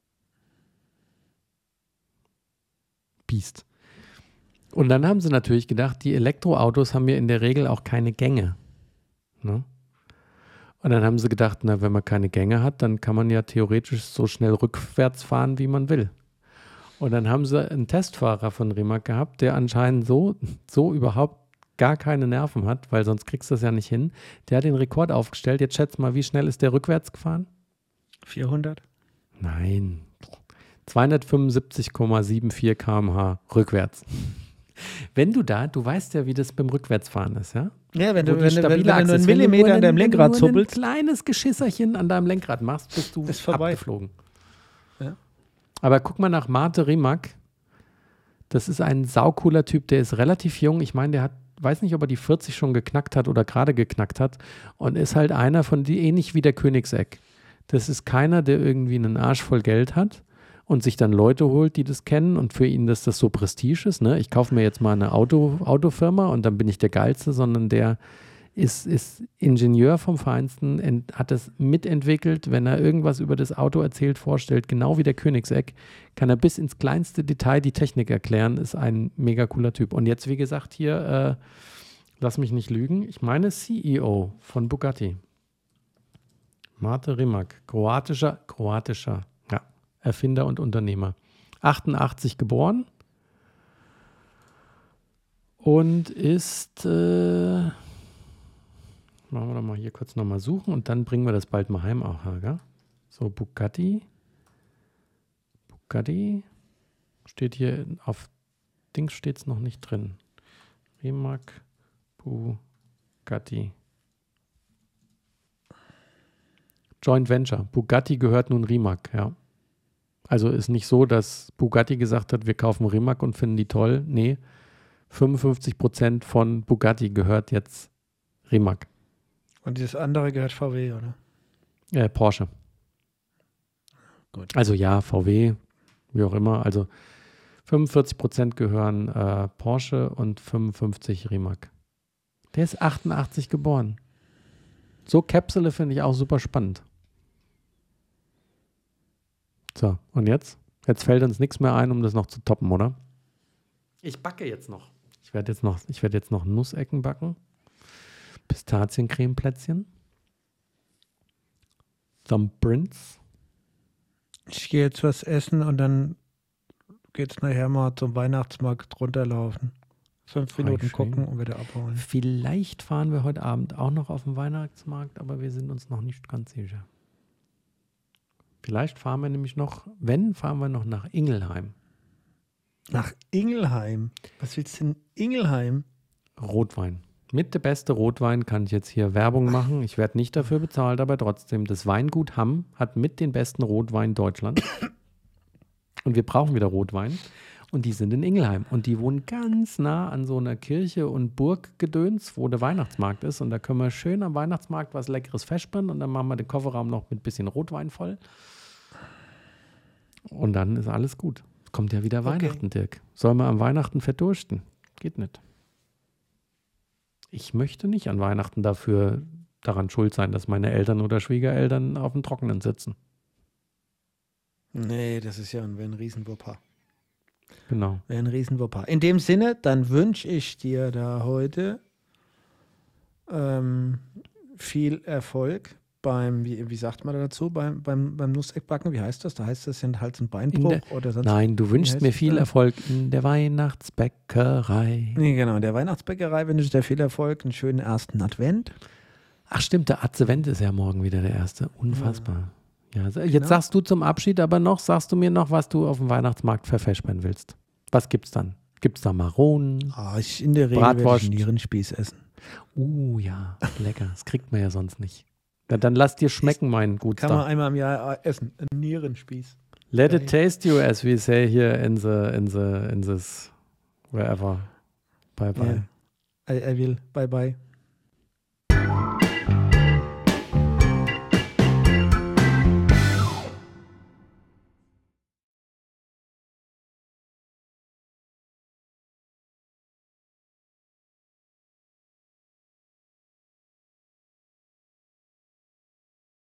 Biest. Und dann haben sie natürlich gedacht, die Elektroautos haben ja in der Regel auch keine Gänge. Ne? Und dann haben sie gedacht, na, wenn man keine Gänge hat, dann kann man ja theoretisch so schnell rückwärts fahren, wie man will. Und dann haben sie einen Testfahrer von Rimac gehabt, der anscheinend so, so überhaupt gar keine Nerven hat, weil sonst kriegst du das ja nicht hin. Der hat den Rekord aufgestellt. Jetzt schätz mal, wie schnell ist der rückwärts gefahren? vierhundert? Nein. zweihundertfünfundsiebzig Komma vierundsiebzig Kilometer pro Stunde rückwärts. Wenn du da, du weißt ja, wie das beim Rückwärtsfahren ist, ja? Ja, wenn Wo du, die wenn, du- wenn, stabile wenn du Achse einen ist. Wenn du Millimeter nur an deinem einen- Lenkrad wenn du nur zuppelst, ein kleines Geschisserchen an deinem Lenkrad machst, bist du Ist vorbei. abgeflogen. Ja. Aber guck mal nach Mate Rimac. Das ist ein saucooler Typ, der ist relativ jung. Ich meine, der hat, weiß nicht, ob er die vierzig schon geknackt hat oder gerade geknackt hat. Und ist halt einer von die, ähnlich wie der Königseck. Das ist keiner, der irgendwie einen Arsch voll Geld hat und sich dann Leute holt, die das kennen und für ihn, dass das so Prestige ist. Ne? Ich kaufe mir jetzt mal eine Auto, Autofirma und dann bin ich der Geilste, sondern der ist, ist Ingenieur vom Feinsten, ent, hat das mitentwickelt. Wenn er irgendwas über das Auto erzählt, vorstellt, genau wie der Königseck, kann er bis ins kleinste Detail die Technik erklären, ist ein mega cooler Typ. Und jetzt, wie gesagt, hier, äh, lass mich nicht lügen, ich meine C E O von Bugatti. Mate Rimac, kroatischer, kroatischer, ja, Erfinder und Unternehmer. achtundachtzig geboren und ist, äh, machen wir doch mal hier kurz nochmal suchen und dann bringen wir das bald mal heim auch, Hager. So, Bugatti. Bugatti. Steht hier auf Dings steht es noch nicht drin. Rimac Bugatti. Joint Venture. Bugatti gehört nun Rimac, ja. Also ist nicht so, dass Bugatti gesagt hat, wir kaufen Rimac und finden die toll. Nee, fünfundfünfzig Prozent von Bugatti gehört jetzt Rimac. Und dieses andere gehört V W, oder? Äh, Porsche. Gut. Also ja, V W, wie auch immer. Also fünfundvierzig Prozent gehören äh, Porsche und fünfundfünfzig Rimac. Der ist achtundachtzig geboren. So Käpsele finde ich auch super spannend. So, und jetzt? Jetzt fällt uns nichts mehr ein, um das noch zu toppen, oder? Ich backe jetzt noch. Ich werde jetzt noch, ich werde jetzt noch Nussecken backen. Pistaziencremeplätzchen. Thumbprints. Ich gehe jetzt was essen und dann geht's nachher mal zum Weihnachtsmarkt runterlaufen. Fünf Minuten schön. gucken und wieder abholen. Vielleicht fahren wir heute Abend auch noch auf den Weihnachtsmarkt, aber wir sind uns noch nicht ganz sicher. Vielleicht fahren wir nämlich noch, wenn, fahren wir noch nach Ingelheim. Nach Ingelheim? Was willst du denn in Ingelheim? Rotwein. Mit der beste Rotwein kann ich jetzt hier Werbung machen. Ich werde nicht dafür bezahlt, aber trotzdem. Das Weingut Hamm hat mit den besten Rotwein Deutschlands. Und wir brauchen wieder Rotwein. Und die sind in Ingelheim. Und die wohnen ganz nah an so einer Kirche und Burggedöns, wo der Weihnachtsmarkt ist. Und da können wir schön am Weihnachtsmarkt was Leckeres festspannen. Und dann machen wir den Kofferraum noch mit ein bisschen Rotwein voll. Und dann ist alles gut. Kommt ja wieder Okay. Weihnachten, Dirk. Soll man am Weihnachten verdursten? Geht nicht. Ich möchte nicht an Weihnachten dafür daran schuld sein, dass meine Eltern oder Schwiegereltern auf dem Trockenen sitzen. Nee, das ist ja ein, ein Riesenwupper. Genau. Wäre ein Riesenwupper. In dem Sinne, dann wünsche ich dir da heute ähm, viel Erfolg beim, wie, wie sagt man da dazu, beim, beim, beim Nusseckbacken? Wie heißt das? Da heißt das ja Hals- und Beinbruch In der- oder sonst. Nein, du wünschst heißt mir es viel da? Erfolg in der Weihnachtsbäckerei. Nee, genau. In der Weihnachtsbäckerei wünsche ich dir viel Erfolg, einen schönen ersten Advent. Ach stimmt, der Advent ist ja morgen wieder der erste. Unfassbar. Ja, so- jetzt Genau. sagst du zum Abschied aber noch, sagst du mir noch, was du auf dem Weihnachtsmarkt verfeschbern willst. Was gibt's dann? Gibt's da Maronen? Ah, ich in der Regel werde Bratwurst. ich einen Nierenspieß essen. Uh, ja, lecker. Das kriegt man ja sonst nicht. Na, dann lass dir schmecken, mein Kann man Gutstar. einmal im Jahr äh, essen. Ein Nierenspieß. Let it Geil. taste you, as we say here in the, in the, in this, wherever. Bye, bye. Ja. I, I will. Bye, bye.